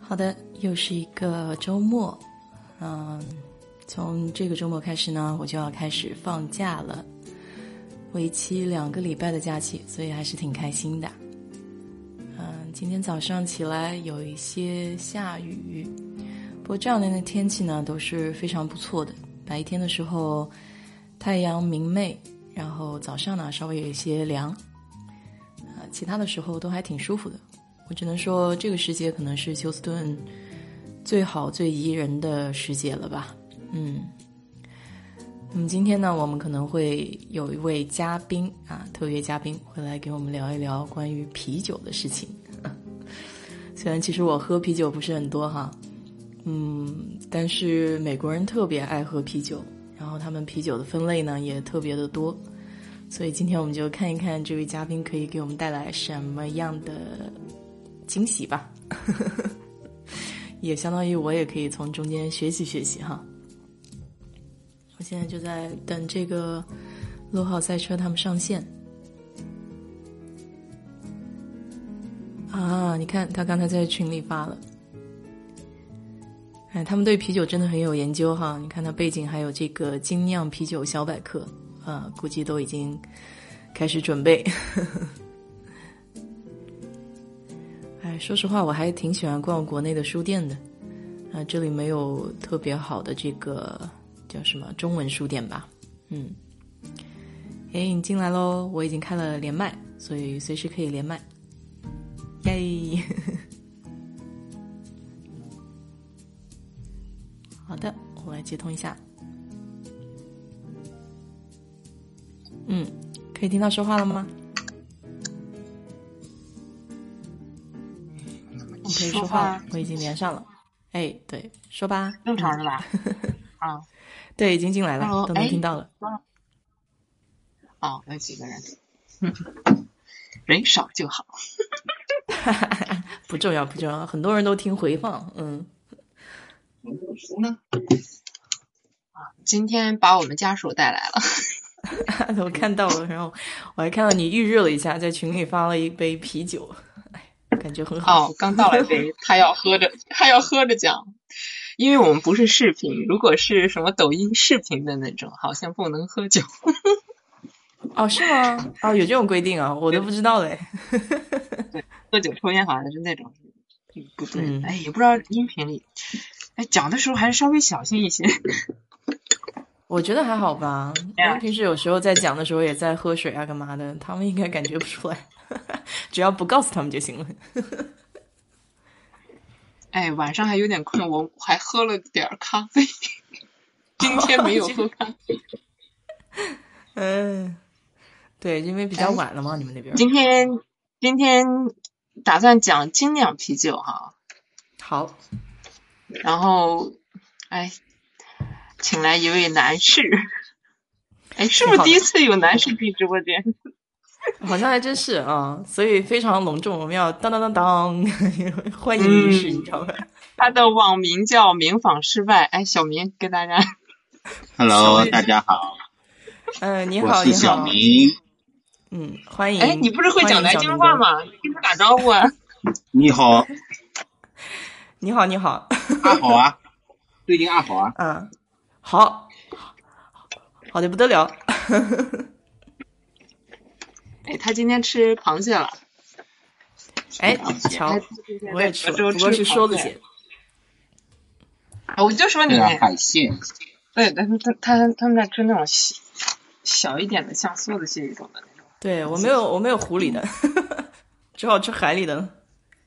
好的，又是一个周末，从这个周末开始呢，我就要开始放假了，为期2个礼拜的假期，所以还是挺开心的。今天早上起来有一些下雨，不过这两天的天气呢都是非常不错的，白天的时候太阳明媚，然后早上呢稍微有一些凉，其他的时候都还挺舒服的。我只能说这个时节可能是休斯顿最好最宜人的时节了吧。那么今天呢，我们可能会有一位嘉宾特约嘉宾会来给我们聊一聊关于啤酒的事情。虽然其实我喝啤酒不是很多哈，但是美国人特别爱喝啤酒，然后他们啤酒的分类呢也特别的多，所以今天我们就看一看这位嘉宾可以给我们带来什么样的惊喜吧。也相当于我也可以从中间学习学习哈。我现在就在等这个落号赛车他们上线你看他刚才在群里发了，他们对啤酒真的很有研究哈。你看他背景还有这个精酿啤酒小百科估计都已经开始准备。说实话我还挺喜欢逛国内的书店的这里没有特别好的这个叫什么中文书店吧。你进来咯，我已经开了连麦，所以随时可以连麦。耶好的，我来接通一下。可以听到说话了吗？我可以说话，我已经连上了。对，说吧。 正常是吧？ 对，已经进来了，都能听到了。 有几个人，人少就好。 不重要，很多人都听回放。 今天把我们家属带来了。 我看到了，然后我还看到你预热了一下，在群里发了一杯啤酒，感觉很好。 刚倒了一杯，他要喝着讲。因为我们不是视频，如果是什么抖音视频的那种，好像不能喝酒。 是吗？有这种规定啊，我都不知道嘞。 对，喝酒抽烟好像是那种不对。也不知道音频里，讲的时候还是稍微小心一些。 我觉得还好吧，因为平时有时候在讲的时候也在喝水干嘛的，他们应该感觉不出来，只要不告诉他们就行了。 晚上还有点困，我还喝了点咖啡。今天没有喝咖啡。 对，因为比较晚了嘛，你们那边。 今天打算讲精酿啤酒哈。 好。 然后请来一位男士。是不是第一次有男士进直播间？ 好像还真是所以非常隆重，我们要当当当当欢迎仪式，你知道吗？ 他的网名叫明访失败。小明跟大家 Hello 大家好。 你好， 我是小明。 欢迎。 你不是会讲南京话吗？你跟他打招呼啊。 你好。 你好，你好。 阿好啊，最近阿好啊。 好的不得了。 他今天吃螃蟹了。 瞧，我也吃了，不过是说的些。 我就说你海鲜。 对，他们在吃那种小一点的，像梭子蟹一种的那种。 对，我没有湖里的，只好吃海里的了。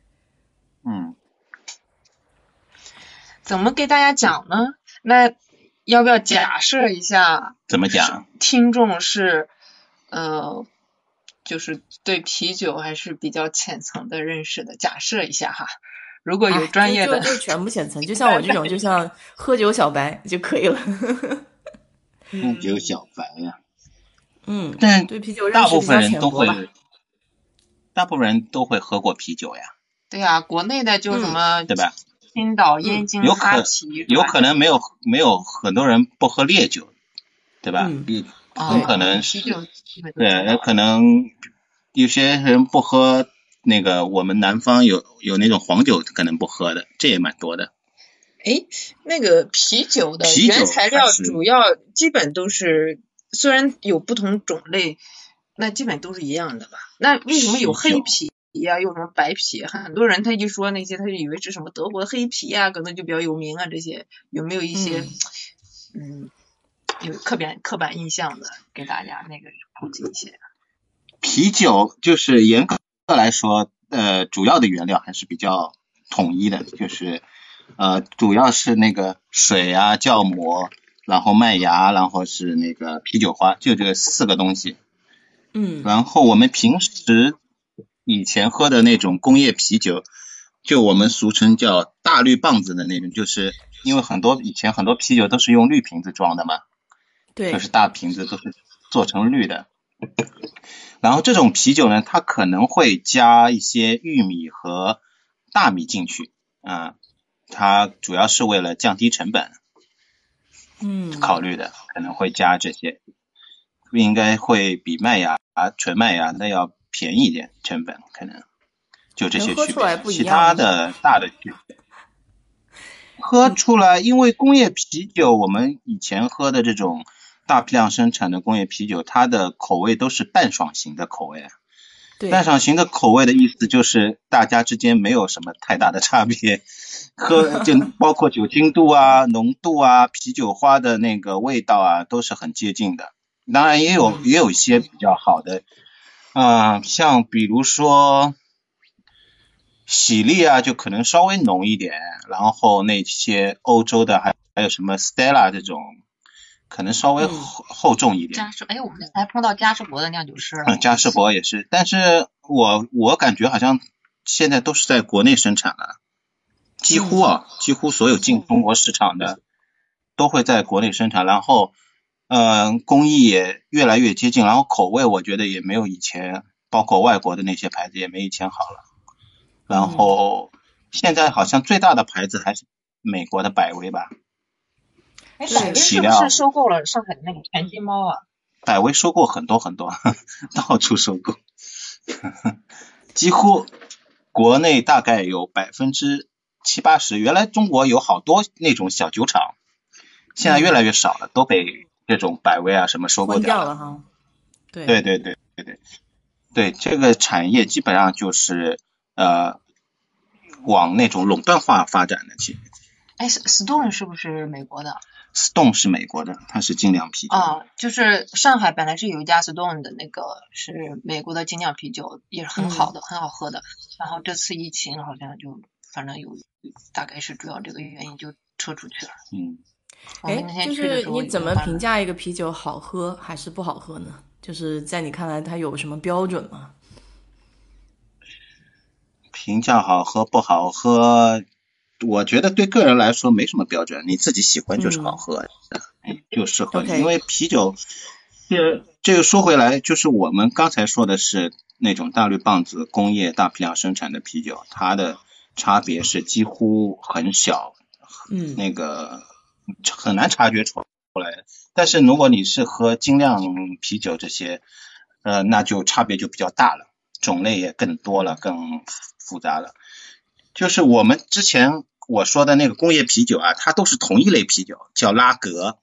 怎么给大家讲呢？那要不要假设一下？ 怎么讲？ 听众是就是对啤酒还是比较浅层的认识的，假设一下哈。如果有专业的， 就全部浅层，就像我这种，就像喝酒小白就可以了。 喝酒小白呀。 但对啤酒认识大部分人都会喝过啤酒呀。 对呀，国内的就什么对吧？ 青岛、燕京、哈啤， 有可能没有很多人不喝烈酒，对吧？很可能是，对，可能有些人不喝那个我们南方有那种黄酒可能不喝的，这也蛮多的。 哎，那个啤酒的原材料主要基本都是，虽然有不同种类，那基本都是一样的吧？那为什么有黑啤呀，有什么白啤？很多人他一说那些，他就以为是什么德国的黑啤呀，可能就比较有名啊。这些有没有一些有刻板印象的，给大家那个普及一些？ 啤酒就是严格来说，主要的原料还是比较统一的，就是主要是那个水啊、酵母，然后麦芽，然后是那个啤酒花，就这4个东西。然后我们平时以前喝的那种工业啤酒，就我们俗称叫大绿棒子的那种，就是因为以前很多啤酒都是用绿瓶子装的嘛， 对， 就是大瓶子都是做成绿的。然后这种啤酒呢，它可能会加一些玉米和大米进去啊，它主要是为了降低成本，考虑的，可能会加这些，应该会比纯麦芽的要便宜一点，成本可能就这些区别，其他的大的区别。喝出来，因为工业啤酒，我们以前喝的这种大批量生产的工业啤酒，它的口味都是淡爽型的口味。淡爽型的口味的意思就是大家之间没有什么太大的差别，就包括酒精度啊、浓度啊、啤酒花的那个味道啊，都是很接近的。当然也有一些比较好的，像比如说喜力啊，就可能稍微浓一点，然后那些欧洲的还有什么 Stella 这种，可能稍微厚重一点。 我们才碰到嘉士伯的酿酒师了。 嘉士伯也是，但是我感觉好像现在都是在国内生产了，几乎所有进中国市场的都会在国内生产，然后工艺也越来越接近，然后口味我觉得也没有以前，包括外国的那些牌子也没以前好了。然后现在好像最大的牌子还是美国的百威吧。 百威是不是收购了上海的那个全金猫啊？ 百威收购很多很多，到处收购，几乎国内大概有70%-80%。原来中国有好多那种小酒厂，现在越来越少了，都被这种百威啊什么收购掉了哈。 对，这个产业基本上就是往那种垄断化发展的。其实 Stone 是不是美国的 ？Stone 是美国的，它是精酿啤酒。 就是上海本来是有一家 Stone 的那个是美国的精酿啤酒，也是很好的，很好喝的。然后这次疫情好像就反正大概是主要这个原因就撤出去了。 就是你怎么评价一个啤酒好喝还是不好喝呢？就是在你看来它有什么标准吗？ 评价好喝不好喝，我觉得对个人来说没什么标准，你自己喜欢就是好喝的，就适合你。因为啤酒，这个说回来，就是我们刚才说的是那种大绿棒子工业大批量生产的啤酒，它的差别是几乎很小，那个很难察觉出来的。但是如果你是喝精酿啤酒这些，那就差别就比较大了，种类也更多了，更复杂了。就是我们之前我说的那个工业啤酒啊，它都是同一类啤酒，叫拉格。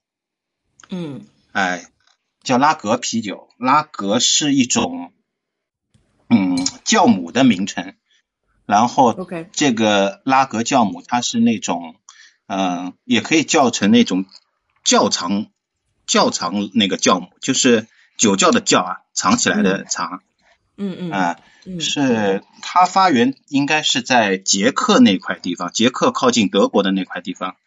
叫拉格啤酒。拉格是一种酵母的名称，然后这个拉格酵母它是那种也可以叫成那种窖藏那个酵母，就是酒窖的窖啊，藏起来的藏。是它发源应该是在捷克那块地方，捷克靠近德国的那块地方。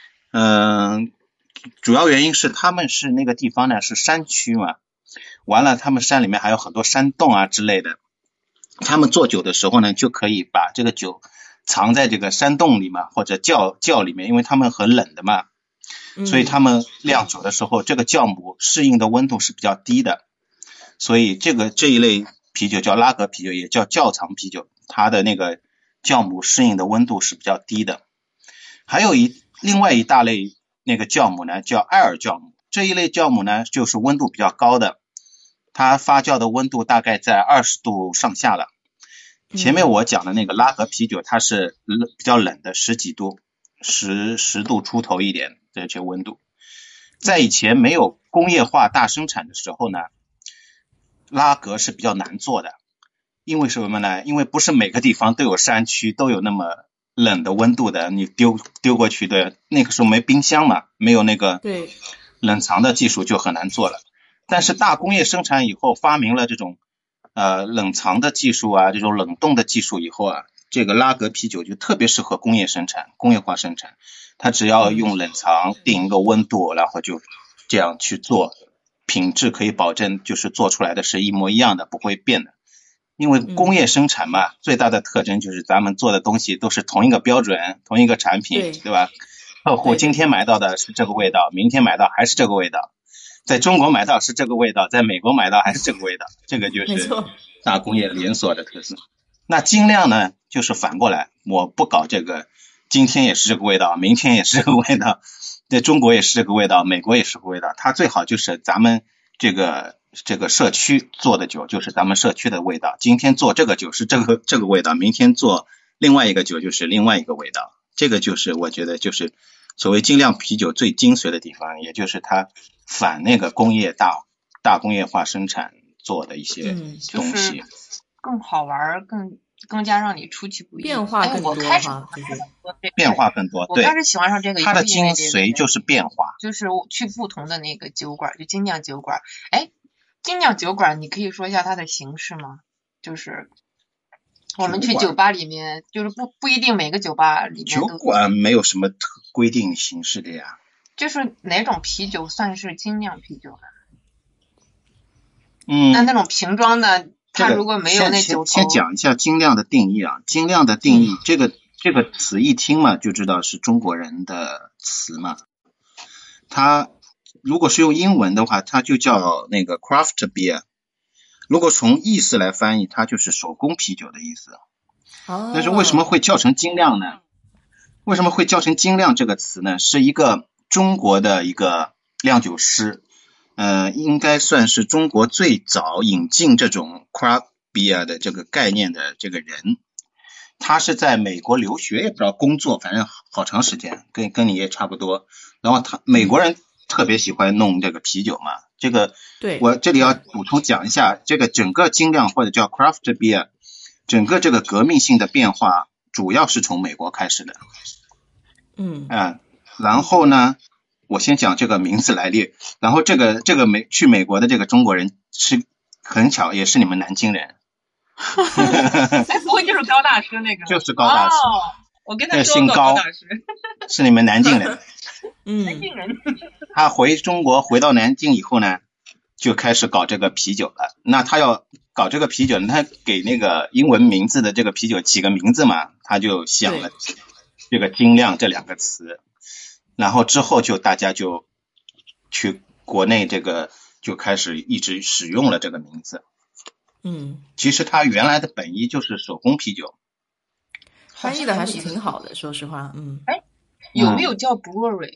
主要原因是他们是那个地方呢是山区嘛，完了他们山里面还有很多山洞啊之类的，他们做酒的时候呢就可以把这个酒藏在这个山洞里嘛，或者窖里面，因为他们很冷的嘛，所以他们酿酒的时候这个酵母适应的温度是比较低的，所以这一类啤酒叫拉格啤酒，也叫窖藏啤酒，它的那个酵母适应的温度是比较低的。还有另外一大类那个酵母呢叫艾尔酵母，这一类酵母呢就是温度比较高的，它发酵的温度大概在20度上下了， 前面我讲的那个拉格啤酒，它是比较冷的，10几度，10度出头一点这些温度。在以前没有工业化大生产的时候呢，拉格是比较难做的。因为什么呢？因为不是每个地方都有山区，都有那么冷的温度的，你丢过去的，那个时候没冰箱嘛，没有那个冷藏的技术就很难做了。但是大工业生产以后，发明了这种冷藏的技术啊，这种冷冻的技术以后啊，这个拉格啤酒就特别适合工业化生产。它只要用冷藏定一个温度，然后就这样去做，品质可以保证就是做出来的是一模一样的，不会变的。因为工业生产嘛，最大的特征就是咱们做的东西都是同一个标准，同一个产品，对吧？客户今天买到的是这个味道，明天买到还是这个味道，在中国买到是这个味道，在美国买到还是这个味道，这个就是大工业连锁的特色。那精酿呢，就是反过来，我不搞这个，今天也是这个味道，明天也是这个味道，在中国也是这个味道，美国也是这个味道。它最好就是咱们这个社区做的酒就是咱们社区的味道，今天做这个酒是这个味道，明天做另外一个酒就是另外一个味道。这个就是我觉得就是所谓精酿啤酒最精髓的地方，也就是它反那个大工业化生产做的一些东西， 就是更好玩，更加让你出其不意， 变化更多哈， 变化更多。对， 我开始喜欢上这个， 它的精髓就是变化， 就是去不同的那个酒馆，就精酿酒馆。精酿酒馆，你可以说一下它的形式吗？就是我们去酒吧里面，就是不一定每个酒吧里面都。 酒馆没有什么规定形式的呀。 就是哪种啤酒算是精酿啤酒呢？那种瓶装的，它如果没有那酒头。 先讲一下精酿的定义啊。精酿的定义，这个词一听嘛，就知道是中国人的词嘛。它如果是用英文的话，它就叫那个 craft beer。如果从意思来翻译，它就是手工啤酒的意思。但是为什么会叫成精酿呢？为什么会叫成精酿这个词呢？是一个中国的一个酿酒师，应该算是中国最早引进这种 craft beer 的这个概念的这个人。他是在美国留学，也不知道工作，反正好长时间，跟你也差不多。然后美国人特别喜欢弄这个啤酒嘛，这个我这里要补充讲一下，这个整个精酿或者叫 craft beer， 整个这个革命性的变化主要是从美国开始的。然后呢，我先讲这个名字来历，然后这个去美国的这个中国人是很巧，也是你们南京人。 不会就是高大师那个？ 就是高大师。 我跟他说过高大师。 是你们南京人。 南京人。 他回中国回到南京以后呢，就开始搞这个啤酒了。那他要搞这个啤酒呢，他给那个英文名字的这个啤酒起个名字嘛，他就想了这个精酿这2个词。然后之后就大家就去国内这个就开始一直使用了这个名字。其实它原来的本意就是手工啤酒。 翻译的还是挺好的，说实话。 有没有叫 brewery？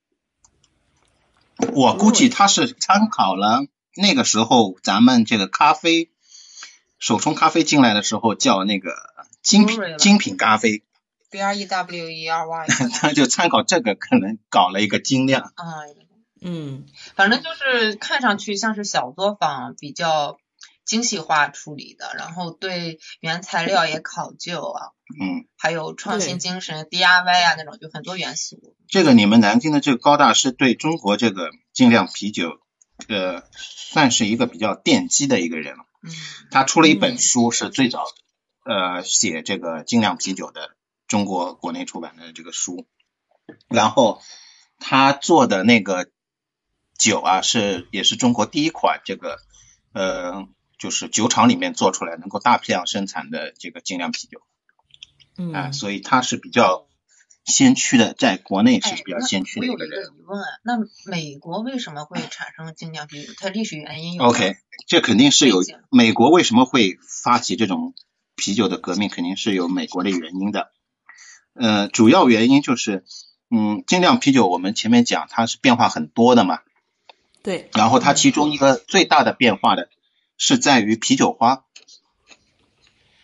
我估计他是参考了那个时候咱们这个咖啡手冲咖啡进来的时候叫那个精品咖啡。 brewery， 他就参考这个，可能搞了一个精酿。 反正就是看上去像是小作坊，比较精细化处理的，然后对原材料也考究啊，还有创新精神 DIY 啊那种，就很多元素。 这个你们南京的这个高大师对中国这个精酿啤酒算是一个比较奠基的一个人。他出了一本书，是最早写这个精酿啤酒的中国国内出版的这个书。然后他做的那个酒啊，也是中国第一款这个就是酒厂里面做出来能够大批量生产的这个精酿啤酒。所以他是比较先驱的，在国内是比较先驱的一个人。 我有一个疑问，那美国为什么会产生精酿啤酒？它历史原因有 OK， 这肯定是有美国为什么会发起这种啤酒的革命，肯定是有美国的原因的。主要原因就是精酿啤酒我们前面讲它是变化很多的嘛。 对。 然后它其中一个最大的变化的是在于啤酒花。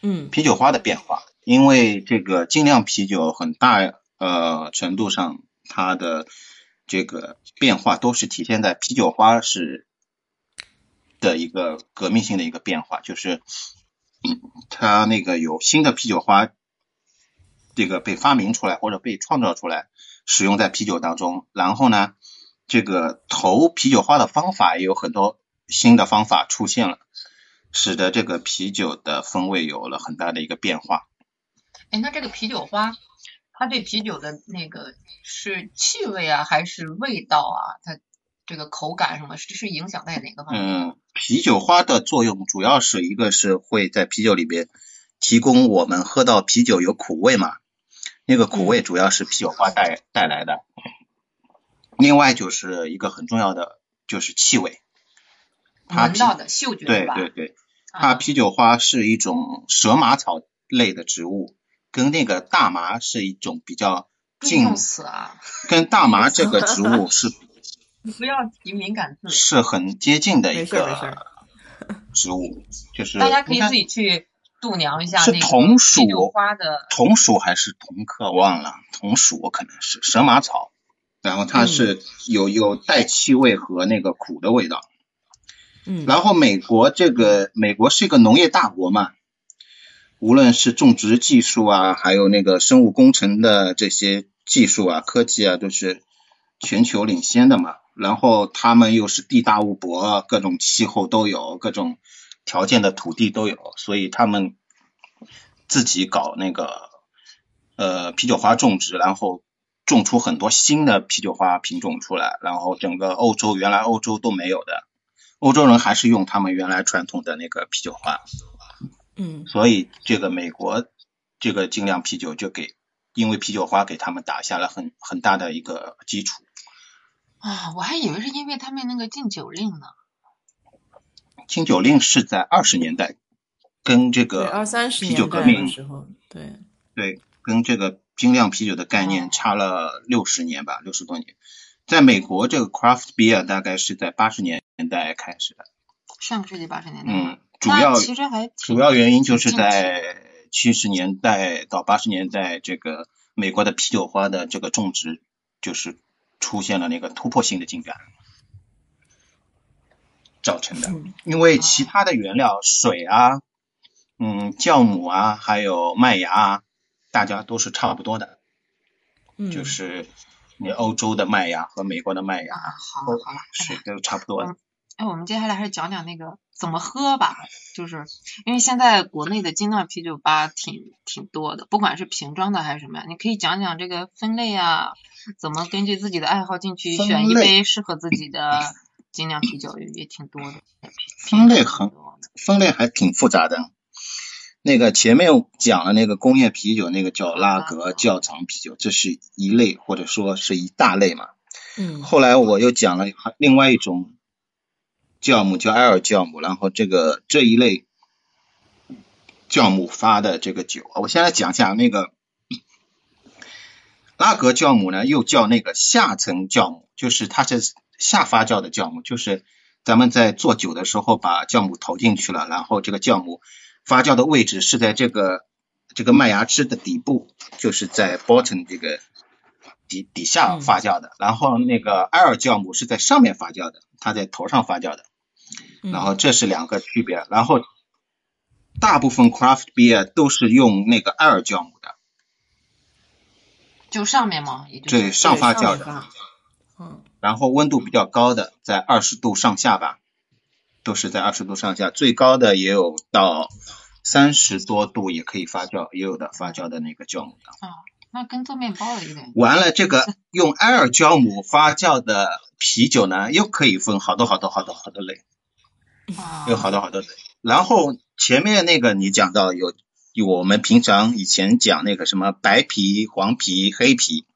啤酒花的变化，因为这个精酿啤酒很大程度上它的这个变化都是体现在啤酒花是的一个革命性的一个变化，就是它那个有新的啤酒花这个被发明出来或者被创造出来使用在啤酒当中，然后呢这个投啤酒花的方法也有很多新的方法出现了，使得这个啤酒的风味有了很大的一个变化。 那这个啤酒花它对啤酒的那个是气味啊还是味道啊，它这个口感什么是影响在哪个方面？ 啤酒花的作用主要是一个是会在啤酒里边提供我们喝到啤酒有苦味嘛，那个苦味主要是啤酒花带来的。另外就是一个很重要的就是气味， 闻到的嗅觉对对对，它啤酒花是一种蛇麻草类的植物，跟那个大麻是一种比较用词啊， 跟大麻这个植物是你不要提敏感字， 是很接近的一个植物，就是大家可以自己去度量一下。 是桐属啤酒花的桐属还是桐科忘了，桐属可能是蛇麻草，然后它是有带气味和那个苦的味道。然后美国是一个农业大国嘛，无论是种植技术啊，还有那个生物工程的这些技术啊、科技啊，都是全球领先的嘛。然后他们又是地大物博，各种气候都有，各种条件的土地都有，所以他们自己搞那个啤酒花种植，然后种出很多新的啤酒花品种出来，然后整个原来欧洲都没有的，欧洲人还是用他们原来传统的那个啤酒花。所以这个美国这个精酿啤酒就因为啤酒花给他们打下了很大的一个基础。 我还以为是因为他们那个禁酒令呢。 禁酒令是在20年代跟这个啤酒革命对跟这个精酿啤酒的概念差了60年吧，60多年。在美国这个 craft beer 大概是在80年代开始的， 上个世纪80年代。 主要原因就是在70年代到80年代，这个美国的啤酒花的这个种植就是出现了那个突破性的进展造成的。因为其他的原料水啊、酵母啊，还有麦芽啊，大家都是差不多的。就是你欧洲的麦芽和美国的麦芽水都差不多的。 我们接下来还是讲讲那个怎么喝吧，就是因为现在国内的精酿啤酒吧挺多的，不管是瓶装的还是什么呀，你可以讲讲这个分类啊，怎么根据自己的爱好进去选一杯适合自己的精酿啤酒，也挺多的。 分类还挺复杂的。那个前面讲了那个工业啤酒，那个叫拉格窖藏啤酒，这是一类或者说是一大类嘛。后来我又讲了另外一种酵母叫埃尔酵母，然后这一类酵母发的这个酒，我先来讲一下那个拉格酵母呢，又叫那个下层酵母，就是它是下发酵的酵母，就是咱们在做酒的时候把酵母投进去了，然后这个酵母发酵的位置是在这个麦芽汁的底部，就是在 bottom 这个底下发酵的，然后那个埃尔酵母是在上面发酵的，它在头上发酵的，然后这是两个区别。然后大部分 craft beer 都是用那个埃尔酵母的， 就上面吗？ 对，上发酵的。然后温度比较高的在20度上下吧，都是在20度上下，最高的也有到30多度也可以发酵，也有的发酵的那个酵母的。 那跟做面包的有点。 完了，这个用埃尔酵母发酵的啤酒呢，又可以分好多类，有好多类。然后前面那个你讲到有我们平常以前讲那个什么白啤、黄啤、黑啤，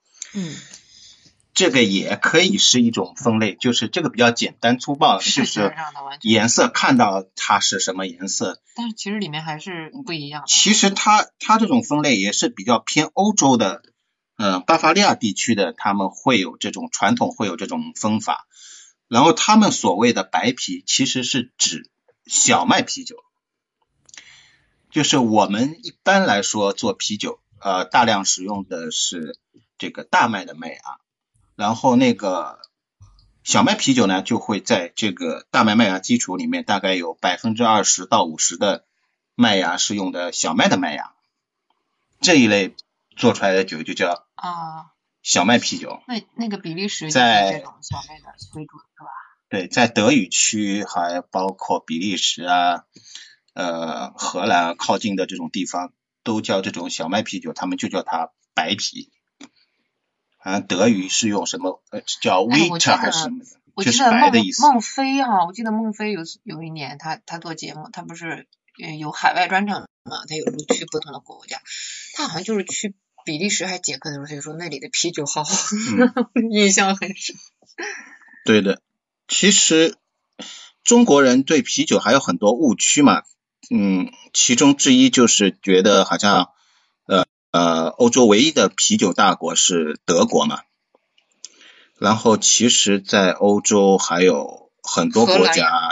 这个也可以是一种分类，就是这个比较简单粗暴，就是颜色看到它是什么颜色， 但是其实里面还是不一样。 其实它这种分类也是比较偏欧洲的，巴伐利亚地区的，他们会有这种传统，会有这种分法。然后他们所谓的白啤其实是指小麦啤酒， 就是我们一般来说做啤酒，大量使用的是这个大麦的麦芽，然后那个小麦啤酒呢，就会在这个大麦麦芽基础里面，大概有20%到50%的麦芽是用的小麦的麦芽，这一类做出来的酒就叫小麦啤酒。 那个比利时就是这种小麦的为主是吧？ 对，在德语区还包括比利时啊、荷兰靠近的这种地方，都叫这种小麦啤酒，他们就叫它白啤。好像德语是用什么叫 wheat 还是什么的，就是白的意思。 孟非我记得孟非有一年他做节目，他不是有海外专场嘛，他有时候去不同的国家，他好像就是去比利时还捷克的时候，他就说那里的啤酒好好喝，印象很深。 对的，其实中国人对啤酒还有很多误区嘛，其中之一就是觉得好像欧洲唯一的啤酒大国是德国嘛，然后其实在欧洲还有很多国家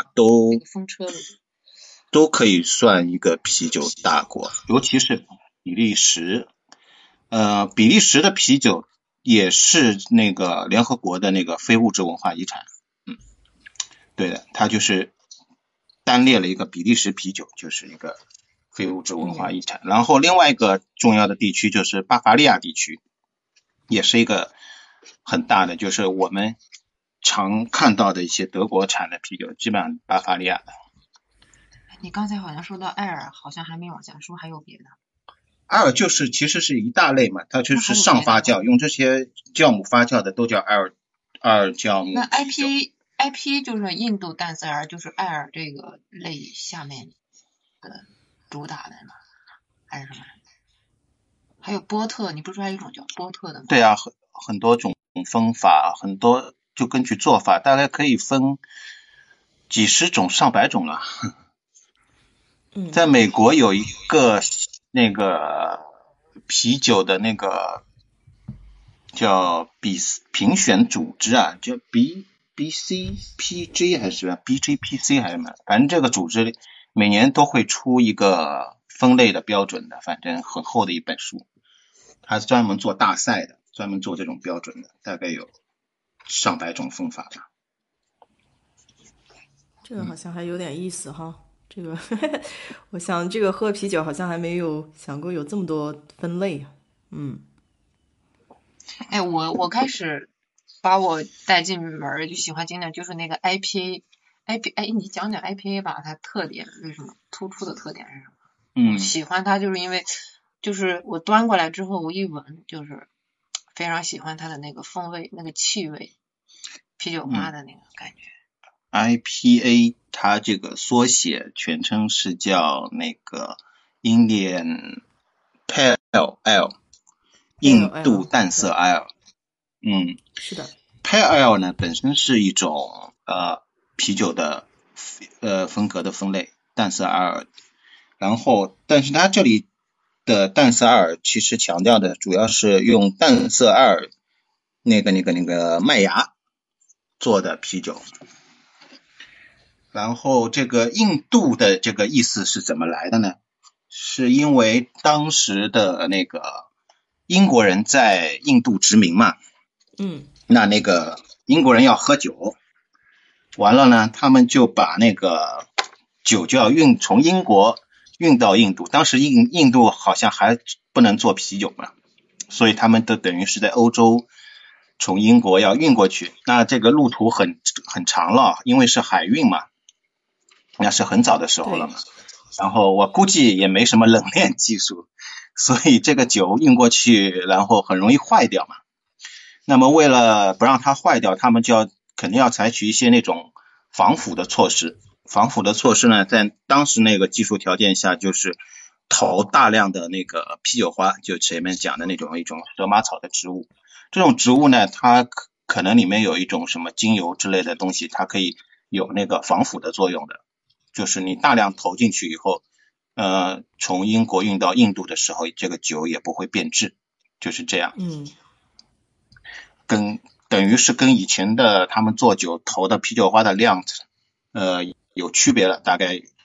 都可以算一个啤酒大国，尤其是比利时。比利时的啤酒也是那个联合国的那个非物质文化遗产。对的，它就是单列了一个比利时啤酒，就是一个非物质文化遗产。然后另外一个重要的地区就是巴伐利亚地区，也是一个很大的，就是我们常看到的一些德国产的啤酒，基本上巴伐利亚的。 你刚才好像说到艾尔，好像还没往下说，还有别的？ 艾尔就是其实是一大类嘛，它就是上发酵，用这些酵母发酵的都叫艾尔酵母。 那 IPA 就是印度淡色艾，就是艾尔这个类下面的主打的吗？还是什么？还有波特，你不是说还有一种叫波特的吗？ 对啊，很多种分法，很多就根据做法，大概可以分几十种、上百种了。在美国有一个那个啤酒的那个叫评选组织啊，叫 BCPG 还是 BGPC 还是什么，反正这个组织每年都会出一个分类的标准的，反正很厚的一本书，它是专门做大赛的，专门做这种标准的，大概有上百种分法吧。 这个好像还有点意思哈。这个我想这个喝啤酒好像还没有想过有这么多分类。 我开始把我带进门就喜欢经典就是那个 IPA，你讲讲 IPA 吧，它特点为什么突出的特点是什么？我喜欢它就是因为就是我端过来之后我一闻就是非常喜欢它的那个风味，那个气味，啤酒花的那个感觉。 IPA 它这个缩写全称是叫那个 Indian Pale Ale， 印度淡色艾尔。 是的。 Pale Ale 呢本身是一种啤酒的风格的分类，淡色艾尔。然后但是它这里的淡色艾尔其实强调的主要是用淡色艾尔那个麦芽做的啤酒。然后这个印度的这个意思是怎么来的呢？是因为当时的那个英国人在印度殖民嘛，那个英国人要喝酒，完了呢，他们就把那个酒就要从英国运到印度，当时印度好像还不能做啤酒嘛，所以他们都等于是在欧洲从英国要运过去，那这个路途很长了，因为是海运嘛。那是很早的时候了嘛，然后我估计也没什么冷链技术，所以这个酒运过去然后很容易坏掉嘛。那么为了不让它坏掉，他们就肯定要采取一些那种防腐的措施。防腐的措施呢，在当时那个技术条件下，就是投大量的那个啤酒花，就前面讲的那种一种蛇麻草的植物。这种植物呢，它可能里面有一种什么精油之类的东西，它可以有那个防腐的作用的。就是你大量投进去以后，从英国运到印度的时候，这个酒也不会变质，就是这样。等于是跟以前的他们做酒投的啤酒花的量，有区别了，大概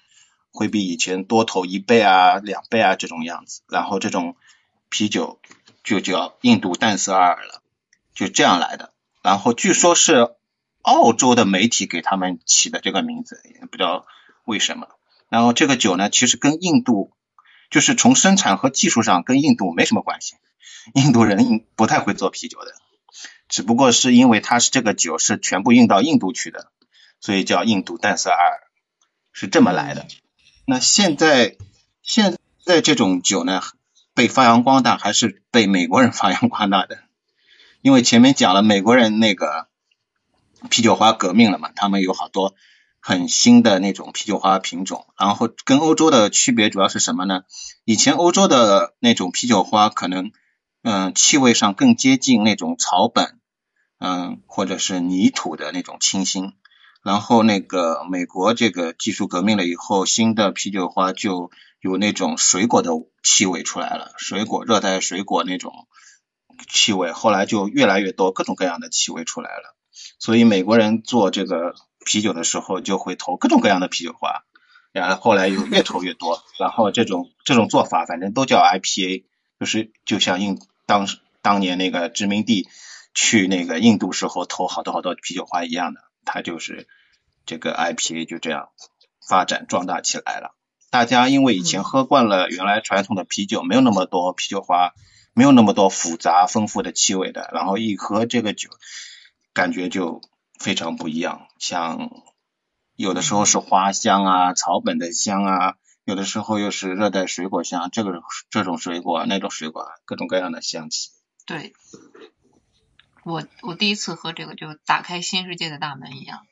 会比以前多投1倍啊、2倍啊这种样子。然后这种啤酒就叫印度淡色艾尔了，就这样来的。然后据说是澳洲的媒体给他们起的这个名字，也不知道为什么。然后这个酒呢，其实跟印度就是从生产和技术上跟印度没什么关系，印度人不太会做啤酒的，只不过是因为它是这个酒是全部运到印度去的，所以叫印度淡色艾尔，是这么来的。那现在这种酒呢，被发扬光大还是被美国人发扬光大的，因为前面讲了美国人那个啤酒花革命了嘛，他们有好多很新的那种啤酒花品种，然后跟欧洲的区别主要是什么呢？以前欧洲的那种啤酒花可能气味上更接近那种草本或者是泥土的那种清新，然后那个美国这个技术革命了以后，新的啤酒花就有那种水果的气味出来了，热带水果那种气味，后来就越来越多各种各样的气味出来了。所以美国人做这个啤酒的时候就会投各种各样的啤酒花，然后后来又越投越多，然后这种做法反正都叫 IPA， 就像当年那个殖民地去那个印度时候投好多啤酒花一样的，它就是这个 IPA 就这样发展壮大起来了。大家因为以前喝惯了原来传统的啤酒，没有那么多啤酒花，没有那么多复杂丰富的气味的，然后一喝这个酒感觉就非常不一样，像有的时候是花香啊、草本的香啊，有的时候又是热带水果香，这种水果那种水果各种各样的香气。 对，我第一次喝这个就打开新世界的大门一样。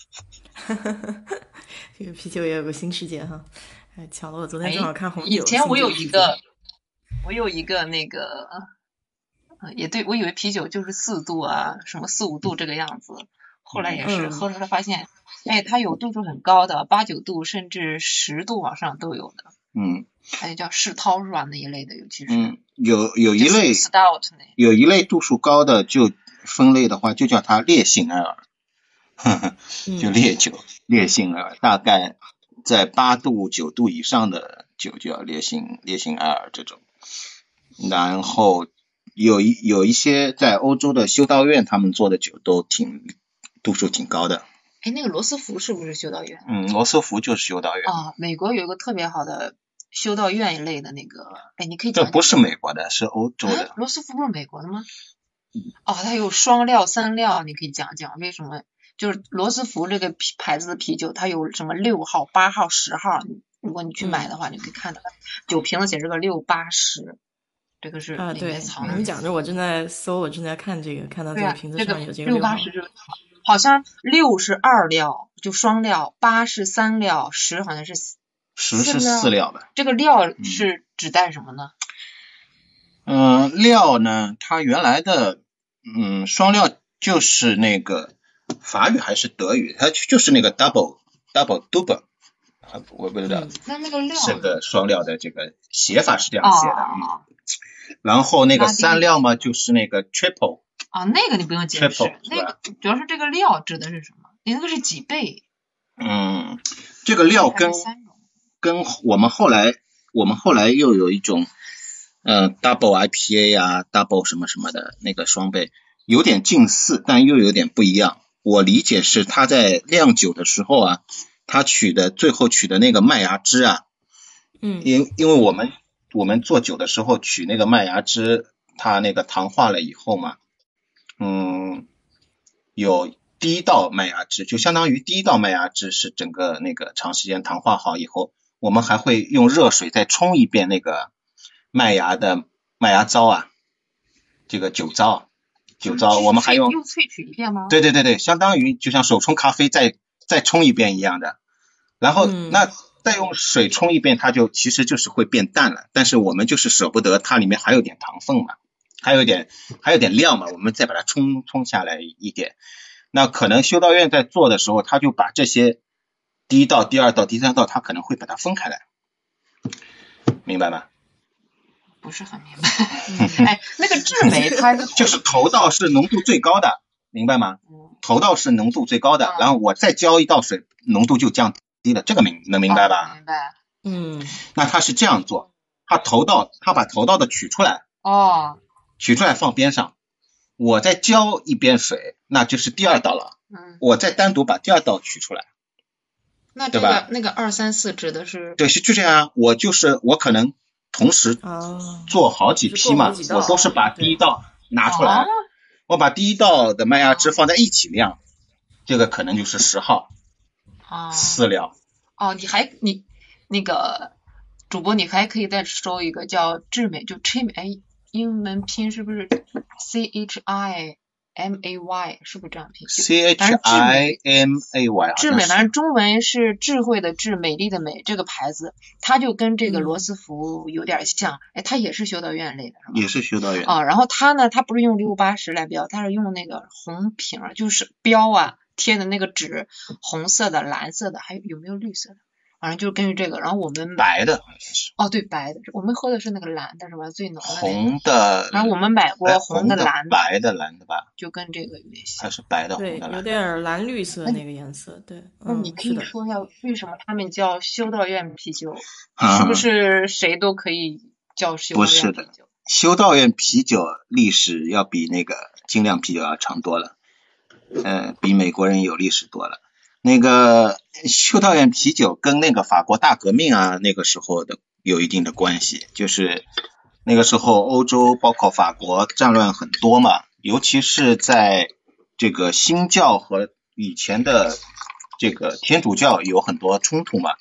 这个啤酒也有个新世界哈！巧了，我昨天正好看红酒。 以前我有一个那个也对，我以为啤酒就是4度啊，什么4、5度这个样子，后来也是喝出来发现，它有度数很高的，8、9度甚至10度往上都有的。还有叫世涛是吧？那一类的，尤其是有一类 Stout 有一类度数高的，就分类的话就叫它烈性艾尔，就烈酒，烈性艾尔，大概在8度、9度以上的酒就叫烈性艾尔这种。然后有一些在欧洲的修道院他们做的酒都度数挺高的。 那个罗斯福是不是修道院？ 罗斯福就是修道院美国有一个特别好的修道院一类的那个，你可以讲。 这不是美国的，是欧洲的。 罗斯福不是美国的吗？它有双料、3料，你可以讲讲为什么？就是罗斯福这个牌子的啤酒，它有什么6号、8号、10号，如果你去买的话，你可以看到酒瓶子写这个6、8、10。这个是对，你们讲着我正在搜，我正在看这个，看到这个瓶子上有这个 6、8、10，好像6是2料，就双料，8是3料，10好像是10 是4料的。 这个料是指代什么呢？ 料呢，它原来的双料就是那个法语还是德语，它就是那个 double， 我不知道。 那个料是个双料的这个写法是这样写的。然后那个3料嘛，就是那个 triple。 那个你不用解释，那个主要是这个料指的是什么？你那个是几倍？ 这个料跟我们后来又有一种double IPA 啊 double 什么什么的那个双倍，有点近似，但又有点不一样。我理解是他在酿酒的时候啊，他最后取的那个麦芽汁啊，因为我们做酒的时候取那个麦芽汁，它那个糖化了以后嘛，有第一道麦芽汁，就相当于第一道麦芽汁是整个那个长时间糖化好以后，我们还会用热水再冲一遍那个麦芽糟啊，这个酒糟，我们还用又萃取一遍吗？ 对，相当于就像手冲咖啡再冲一遍一样的。然后那再用水冲一遍，它其实就是会变淡了，但是我们就是舍不得它里面还有点糖分嘛，还有点料嘛，我们再把它冲下来一点。那可能修道院在做的时候，他就把这些第一道、第二道、第三道，他可能会把它分开来，明白吗？ 不是很明白。那个制梅它就是头道是浓度最高的，明白吗？头道是浓度最高的，然后我再浇一道水，浓度就降了，这个能明白吧？ 明白。 那他是这样做，他把头道的取出来，取出来放边上，我再浇一边水，那就是第二道了。我再单独把第二道取出来。 那这个那个2、3、4指的是？ 对，就这样。我可能同时做好几批嘛，我都是把第一道拿出来，我把第一道的麦芽汁放在一起晾，这个可能就是10号饲料。 你那个主播，你还可以再收一个叫智美，就 Chimay， 英文拼是不是 CHIMAY？ 是不是这样拼 ？CHIMAY 智美，反正中文是智慧的智，美丽的美，这个牌子它就跟这个罗斯福有点像，它也是修道院类的，是吧？ 也是修道院然后它呢，它不是用680来标，它是用那个红瓶，就是标贴的那个纸，红色的、蓝色的，还有没有绿色的？反正就是根据这个，然后我们白的好像是对，白的，我们喝的是那个蓝的是吧？最浓的红的， 然后我们买过红的、蓝的、 白的、蓝的吧， 就跟这个有点像， 它是白的、红的、蓝的， 有点蓝绿色那个颜色。对， 那你可以说一下为什么他们叫修道院啤酒？ 是不是谁都可以叫修道院啤酒？ 不是的，修道院啤酒历史要比那个精酿啤酒要长多了，比美国人有历史多了。那个修道院啤酒跟那个法国大革命那个时候的有一定的关系，就是那个时候欧洲包括法国战乱很多嘛，尤其是在这个新教和以前的这个天主教有很多冲突嘛。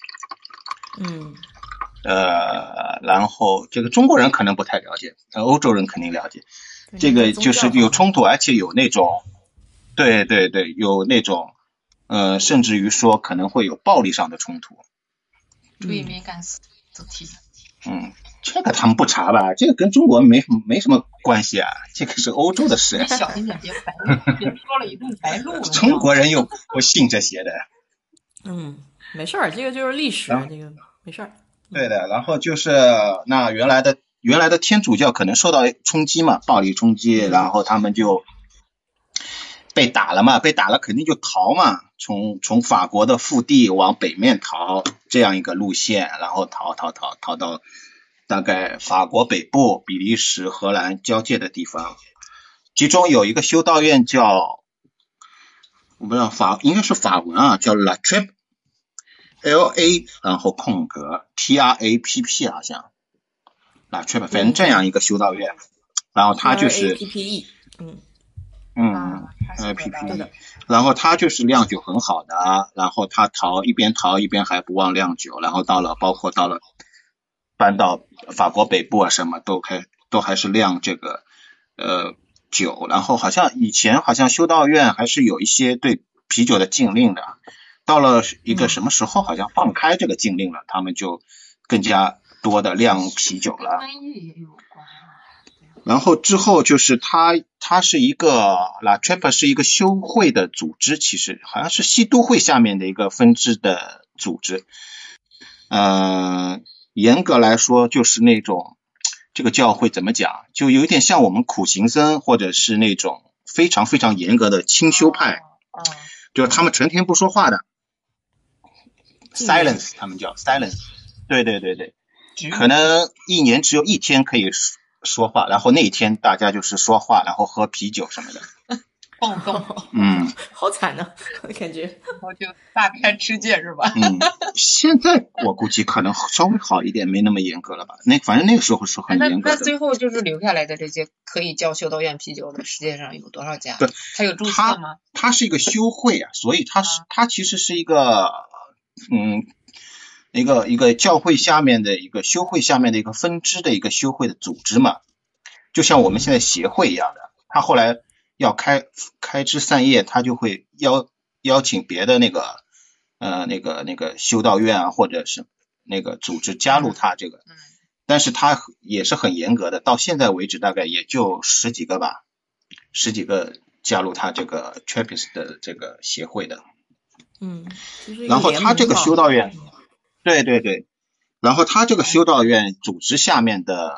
然后这个中国人可能不太了解，欧洲人肯定了解，这个就是有冲突，而且有那种对，有那种甚至于说可能会有暴力上的冲突。 注意敏感词题。 这个他们不查吧？这个跟中国没什么关系啊，这个是欧洲的事。 你小心点，别说了一顿白录了。 中国人又不信这些的。 没事儿，这个就是历史，这个没事儿。 对的，然后就是那原来的天主教可能受到冲击嘛，暴力冲击，然后他们就被打了嘛，被打了肯定就逃嘛，从法国的腹地往北面逃，这样一个路线，然后逃到大概法国北部比利时荷兰交界的地方，其中有一个修道院叫我不知道应该是法文叫 La Trappe LA 然后空格 TRAPP 好像 La Trappe， 反正这样一个修道院，然后它就是 PPE PPE， 然后他就是酿酒很好的，然后他一边还不忘酿酒，然后包括到了搬到法国北部什么都还是酿这个酒，然后以前好像修道院还是有一些对啤酒的禁令的，到了一个什么时候好像放开这个禁令了，他们就更加多的酿啤酒了。然后之后就是它是一个 La Trappe 是一个修会的组织，其实好像是西都会下面的一个分支的组织。严格来说就是那种这个教会怎么讲，就有一点像我们苦行僧或者是那种非常非常严格的清修派，就是他们成天不说话的 silence， 他们叫 silence。 对，可能一年只有1天可以说话，然后那一天大家就是说话，然后喝啤酒什么的。 暴动。 好惨呢，感觉。 然后就大开吃戒是吧？ 现在我估计可能稍微好一点，没那么严格了吧。反正那个时候是很严格的。 那最后就是留下来的这些可以叫修道院啤酒的，世界上有多少家？ 对， 它有注册吗？ 它是一个修会所以它其实是一个一个教会下面的一个修会下面的一个分支的一个修会的组织嘛，就像我们现在协会一样的。他后来要开枝散叶，他就会邀请别的那个修道院或者是那个组织加入他这个，但是他也是很严格的，到现在为止大概也就10几个吧，10几个加入他这个 Trappist 的这个协会的。 然后他这个修道院，对，然后他这个修道院组织下面的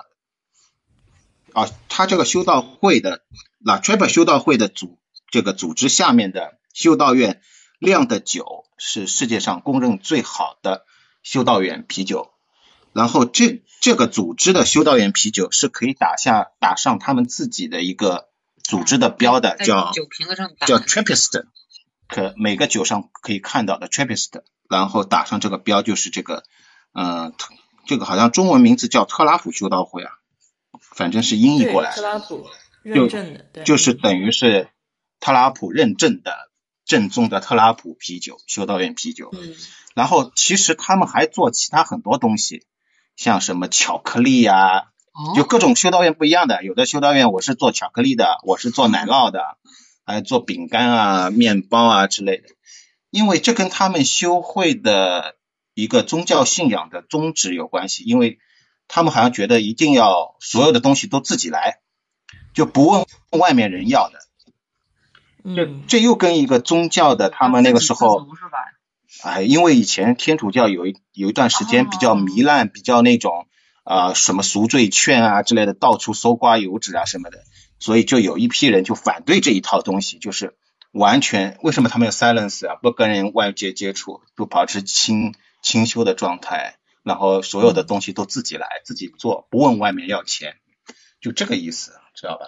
他这个修道会的La Trappe 修道会的这个组织下面的修道院酿的酒是世界上公认最好的修道院啤酒，然后这个组织的修道院啤酒是可以打上他们自己的一个组织的标的，叫 Trappist， 每个酒上可以看到的 Trappist， 然后打上这个标就是这个这个好像中文名字叫特拉普修道会啊，反正是音译过来的， 特拉普认证的，对， 就是等于是特拉普认证的正宗的特拉普啤酒，修道院啤酒。然后其实他们还做其他很多东西，像什么巧克力啊，就各种修道院不一样的，有的修道院我是做巧克力的，我是做奶酪的，还做饼干啊、面包啊之类的。因为这跟他们修会的一个宗教信仰的宗旨有关系，因为他们好像觉得一定要所有的东西都自己来，就不问外面人要的。这又跟一个宗教的他们那个时候，因为以前天主教有一段时间比较糜烂，比较那种什么赎罪券啊之类的，到处搜刮油脂啊什么的，所以就有一批人就反对这一套东西，就是完全为什么他们要 silence 啊，不跟人外界接触，不保持清修的状态，然后所有的东西都自己来自己做，不问外面要钱，就这个意思，知道吧？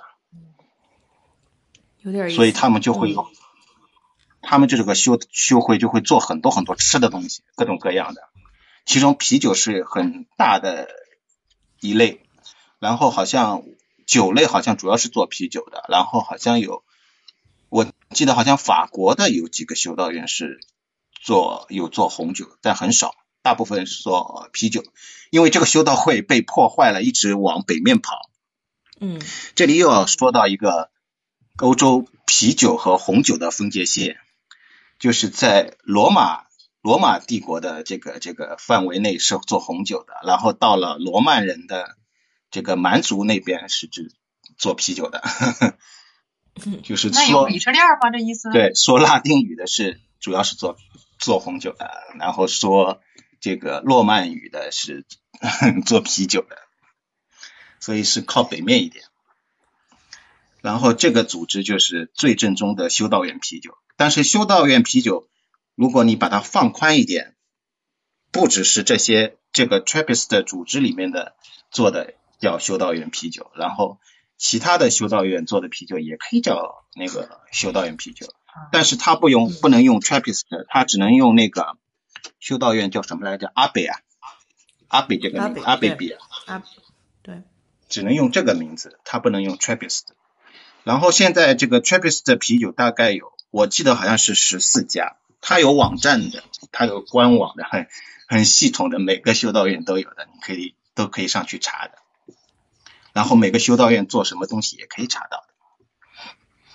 有点意思。 所以他们就会有他们这个修会就会做很多很多吃的东西，各种各样的，其中啤酒是很大的一类，然后好像酒类好像主要是做啤酒的，然后好像我记得好像法国的有几个修道院是有做红酒，但很少，大部分是做啤酒，因为这个修道会被破坏了，一直往北面跑。这里又要说到一个欧洲啤酒和红酒的分界线，就是在罗马帝国的这个范围内是做红酒的，然后到了罗曼人的这个蛮族那边是指做啤酒的。就是说那有鄙视链吗？这意思？ 对，说拉丁语的是主要是做红酒的，然后说这个诺曼语的是做啤酒的，所以是靠北面一点。然后这个组织就是最正宗的修道院啤酒，但是修道院啤酒如果你把它放宽一点，不只是这个 Trappist 组织里面的做的叫修道院啤酒，然后其他的修道院做的啤酒也可以叫那个修道院啤酒，但是它不能用 Trappist， 它只能用那个修道院叫什么来着？阿北这个名字，阿北比啊， 对， 只能用这个名字，它不能用 Trappist。然后现在这个 Trappist 啤酒大概我记得好像是14家，它有网站的，它有官网的，很系统的，每个修道院都有的，都可以上去查的。然后每个修道院做什么东西也可以查到的。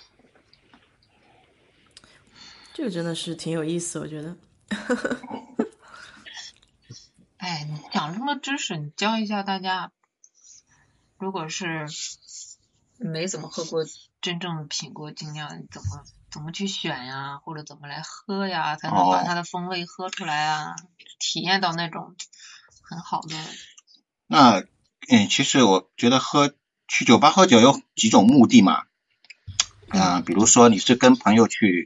这个真的是挺有意思，我觉得。 哎，你讲这么多知识，你教一下大家，如果是没怎么喝过真正品过精酿，怎么去选呀，或者怎么来喝呀，才能把它的风味喝出来啊，体验到那种很好的。 那其实我觉得去酒吧喝酒有几种目的嘛，比如说你是跟朋友去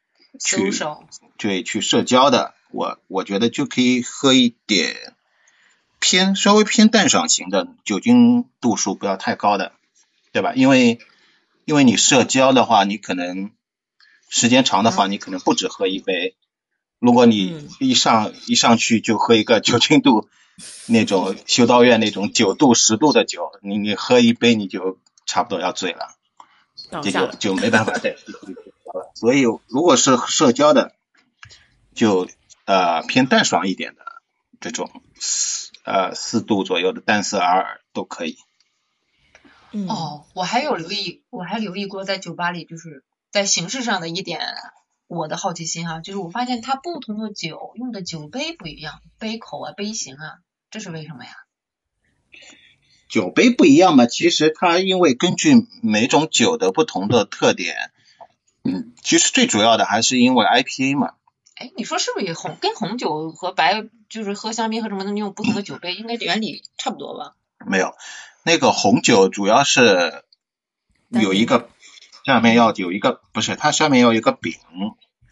社交的，我觉得就可以喝一点稍微偏淡爽型的，酒精度数不要太高的，对吧？因为你社交的话，你可能时间长的话，你可能不止喝一杯。如果你一上去就喝一个酒精度那种修道院那种9度10度的酒，你喝一杯你就差不多要醉了，这就没办法再继续了。所以如果是社交的，就偏淡爽一点的这种4度左右的淡色饵都可以。 我还留意过在酒吧里，就是在形式上的一点我的好奇心哈，就是我发现它不同的酒用的酒杯不一样，杯口啊杯型啊，这是为什么呀？ 酒杯不一样嘛，其实它因为根据每种酒的不同的特点，其实最主要的还是因为 IPA 嘛。 哎，你说是不是跟红酒和就是喝香槟和什么的，你用不同的酒杯，应该原理差不多吧？ 没有，那个红酒主要是有一个下面要有一个，不是，它下面要有一个柄，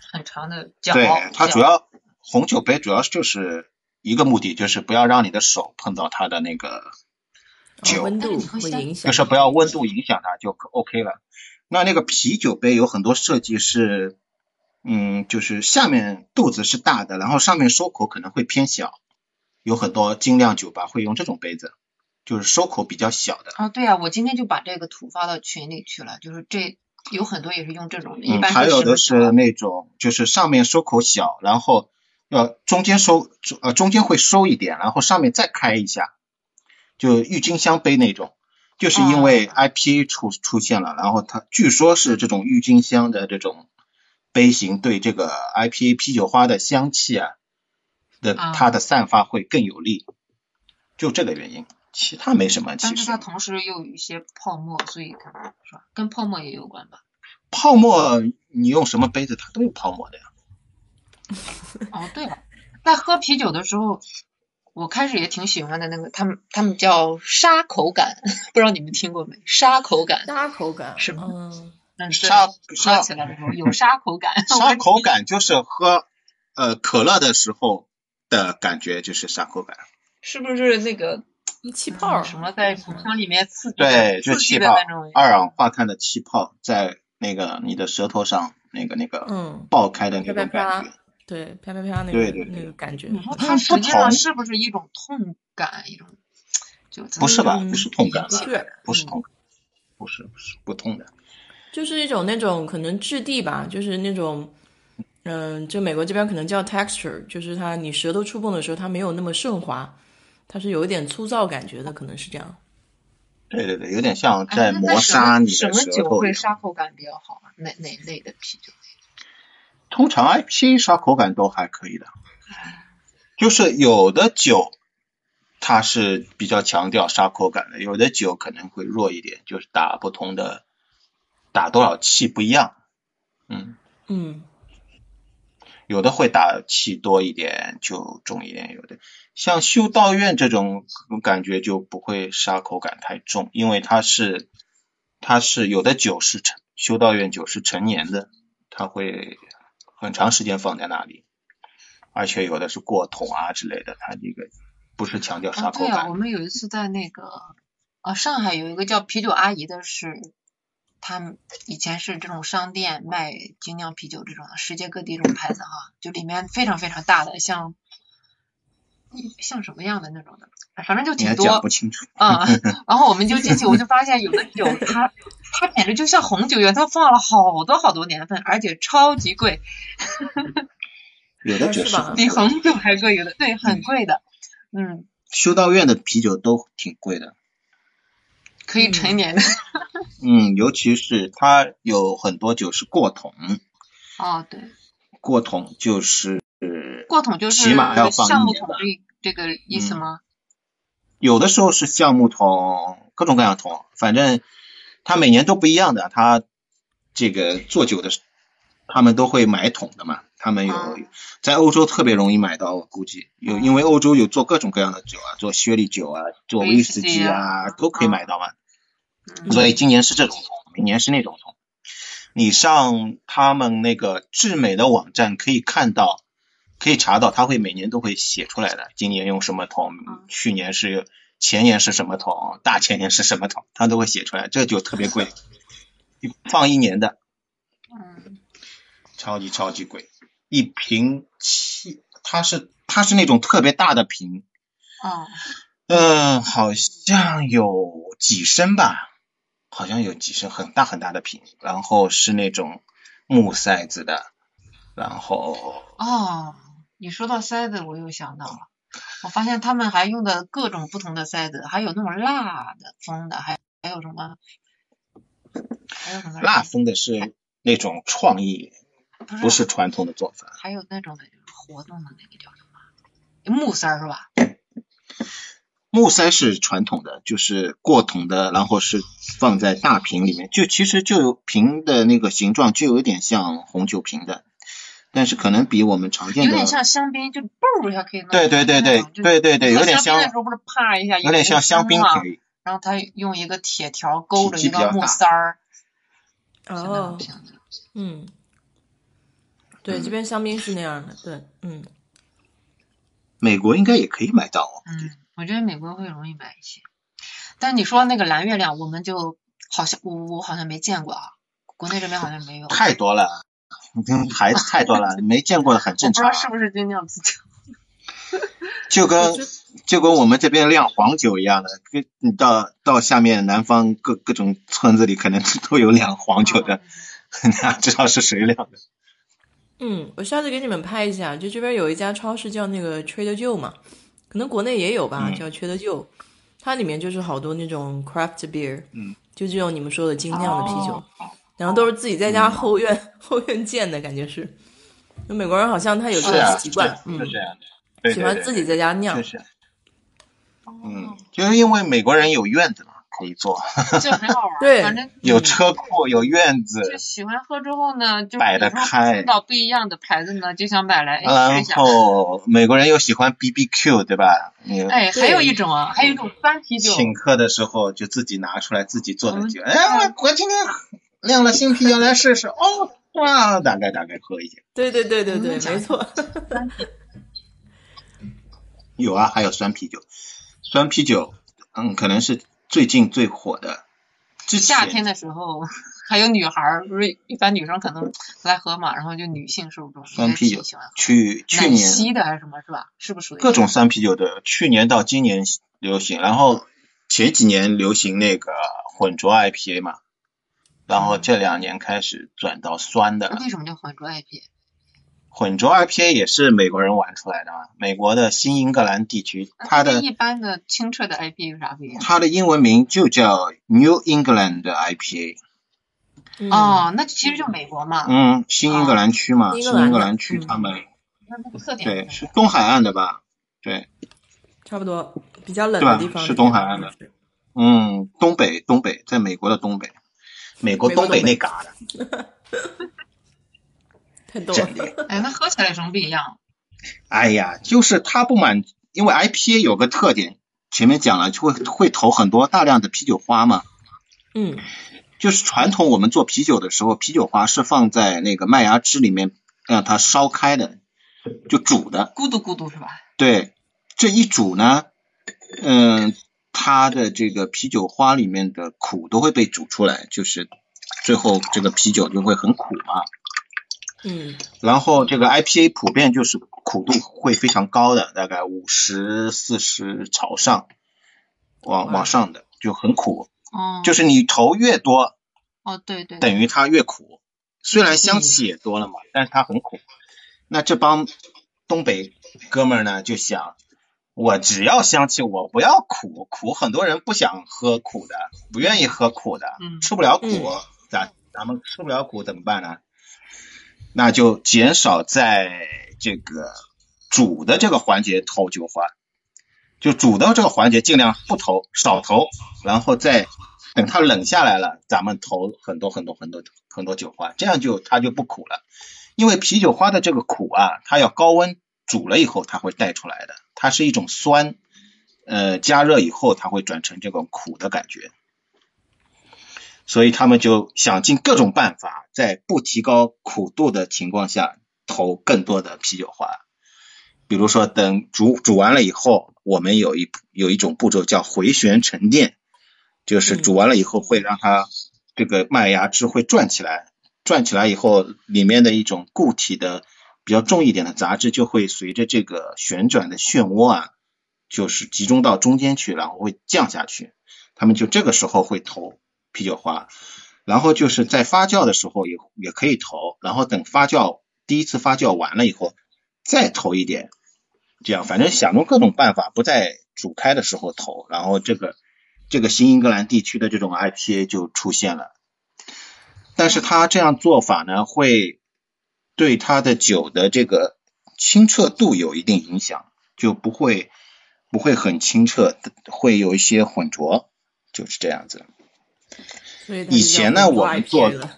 很长的角。 对，它主要红酒杯主要就是一个目的，就是不要让你的手碰到它的那个酒， 温度会影响， 就是不要温度影响它就 OK 了。那个啤酒杯有很多设计是，就是下面肚子是大的，然后上面收口可能会偏小，有很多精酿酒吧会用这种杯子，就是收口比较小的。 对啊，我今天就把这个图发到群里去了，就是有很多也是用这种的，一般还有的是那种就是上面收口小，然后中间会收一点，然后上面再开一下，就郁金香杯那种，就是因为 IPA 出现了，然后它据说是这种郁金香的这种杯型对这个 IPA 啤酒花的香气它的散发会更有力，就这个原因，其他没什么。 但是它同时又有一些泡沫，所以可能是吧，跟泡沫也有关吧。 泡沫你用什么杯子它都有泡沫的呀。 对了，在喝啤酒的时候，我开始也挺喜欢的那个，他们叫沙口感，不知道你们听过没？沙口感是吗？喝起来的时候有沙口感。 沙口感就是喝可乐的时候的感觉，就是沙口感。 是不是那个气泡什么在口腔里面刺激？ 对，就气泡，二氧化碳的气泡在那个你的舌头上那个爆开的那种感觉。 对，啪啪啪那个感觉。 你说它实际上是不是一种痛感？ 不是吧？不是痛感，不是痛感，不是不痛的。 就是一种那种可能质地吧，就是那种，就美国这边可能叫 texture， 就是它你舌头触碰的时候，它没有那么顺滑，它是有一点粗糙感觉的，可能是这样。 对，有点像在磨砂你的舌头。 什么酒会沙口感比较好啊？哪类的啤酒？ 通常 IPA 沙口感都还可以的，就是有的酒它是比较强调沙口感的，有的酒可能会弱一点，就是打多少气不一样。有的会打气多一点就重一点，有的像修道院这种感觉就不会沙口感太重，因为它是有的酒是修道院酒是陈年的，它会很长时间放在那里，而且有的是过桶啊之类的，它这个不是强调沙口感。 对啊，我们有一次在那个上海有一个叫啤酒阿姨的，是他们以前是这种商店卖精酿啤酒这种的，世界各地这种牌子哈，就里面非常非常大的，像什么样的那种的，反正就挺多。 你还讲不清楚。 然后我们就进去，我就发现有的酒它简直就像红酒一样，它放了好多好多年份，而且超级贵。 有的酒是比红酒还贵，有的对很贵的。 修道院的啤酒都挺贵的， 可以陈年的。 尤其是它有很多酒是过桶。 对。 过桶就是起码要放橡木桶这个意思吗？ 有的时候是橡木桶，各种各样的桶，反正它每年都不一样的。它这个做酒的他们都会买桶的嘛，他们在欧洲特别容易买到，我估计因为欧洲有做各种各样的酒啊，做雪莉酒啊，做威士忌啊，都可以买到嘛。所以今年是这种桶，明年是那种桶。你上他们那个智美的网站可以查到，他会每年都会写出来的，今年用什么桶，前年是什么桶，大前年是什么桶，他都会写出来，这就特别贵，放1年的。超级超级贵，一瓶它是那种特别大的瓶。好像有几升吧，很大很大的瓶，然后是那种木塞子的，然后你说到塞子，我又想到了，我发现他们还用的各种不同的塞子，还有那种蜡的封的，还有什么蜡封的是那种创意，不是传统的做法。 还有那种的活动的那个叫什么木塞是吧？ 木塞是传统的，就是过桶的，然后是放在大瓶里面，其实就瓶的那个形状就有点像红酒瓶的，但是可能比我们常见的有点像香槟，就嘣一下可以弄。对， 有点像。 香槟的时候不是啪一下， 有点像香槟瓶， 然后它用一个铁条勾着一个木塞儿。 对，这边香槟是那样的，对， 美国应该也可以买到。 我觉得美国会容易买一些。但你说那个蓝月亮，我们就好像我好像没见过啊，国内这边好像没有。 太多了，牌子太多了，没见过的很正常。 我不知道是不是精酿啤酒。 就跟我们这边酿黄酒一样的，你到下面南方各种村子里可能都有酿黄酒的，哪知道是谁酿的。 我下次给你们拍一下，就这边有一家超市叫那个 Trader Joe 嘛，可能国内也有吧，叫 Trader Joe，它里面就是好多那种 craft beer，就这种你们说的精酿的啤酒，然后都是自己在家后院建的感觉是。美国人好像他有这个习惯， 是这样的，对， 喜欢自己在家酿。 是。就是因为美国人有院子嘛，可以做， 就很好玩。 对， 反正有车库，有院子， 就喜欢喝之后呢，就摆得开， 看到不一样的牌子呢，就想买来试一下。 然后美国人又喜欢 BBQ， 对吧？ 还有一种酸啤酒， 请客的时候就自己拿出来自己做的酒。我今天酿了新啤酒来试试，哇，大概喝一些。 对，没错。 有啊，还有酸啤酒。酸啤酒，可能是最近最火的。 夏天的时候，还有女孩，不是一般女生可能来喝嘛，然后就女性受众酸啤酒，去年奶昔的还是什么，是吧？是不是属于各种酸啤酒的？去年到今年流行，然后前几年流行那个混浊 IPA 嘛，然后这2年开始转到酸的。 为什么叫混浊 IPA？ 混浊 IPA 也是美国人玩出来的，美国的新英格兰地区，它的一般的清澈的 IPA 有啥不一样？ 它的英文名就叫 New England IPA。 那其实就美国嘛。 新英格兰区嘛，新英格兰区他们对是东海岸的吧？对， 差不多比较冷的地方是东海岸的。东北，在美国的东北，美国东北那嘎的。 太逗了。 那喝起来有什么不一样？ 哎呀，就是它不满，因为 IPA 有个特点，前面讲了，就会投大量的啤酒花嘛。就是传统我们做啤酒的时候，啤酒花是放在那个麦芽汁里面让它烧开的，就煮的。 咕嘟咕嘟是吧？ 对，这一煮呢，它的这个啤酒花里面的苦都会被煮出来，就是最后这个啤酒就会很苦嘛。然后这个 IPA 普遍就是苦度会非常高的，大概50、40朝上，往上的就很苦。就是你投越多， 对， 等于它越苦。虽然香气也多了嘛，但是它很苦。那这帮东北哥们儿呢，就想，我只要香气，我不要苦。很多人不想喝苦的，不愿意喝苦的，吃不了苦，咱们吃不了苦怎么办呢？那就减少在这个煮的这个环节投酒花，就煮的这个环节尽量不投，少投，然后再等它冷下来了，咱们投很多酒花，这样它就不苦了。因为啤酒花的这个苦啊，它要高温煮了以后它会带出来的，它是一种酸，加热以后它会转成这种苦的感觉。所以他们就想尽各种办法，在不提高苦度的情况下投更多的啤酒花。比如说等煮完了以后，我们有一种步骤叫回旋沉淀，就是煮完了以后会让它这个麦芽汁会转起来以后，里面的一种固体的比较重一点的杂质就会随着这个旋转的漩涡啊，就是集中到中间去，然后会降下去。他们就这个时候会投啤酒花，然后就是在发酵的时候也可以投，然后等第一次发酵完了以后再投一点，这样反正想用各种办法不在煮开的时候投，然后这个新英格兰地区的这种 IPA 就出现了。但是它这样做法呢，会对它的酒的这个清澈度有一定影响，就不会很清澈，会有一些混浊，就是这样子。以前呢，我们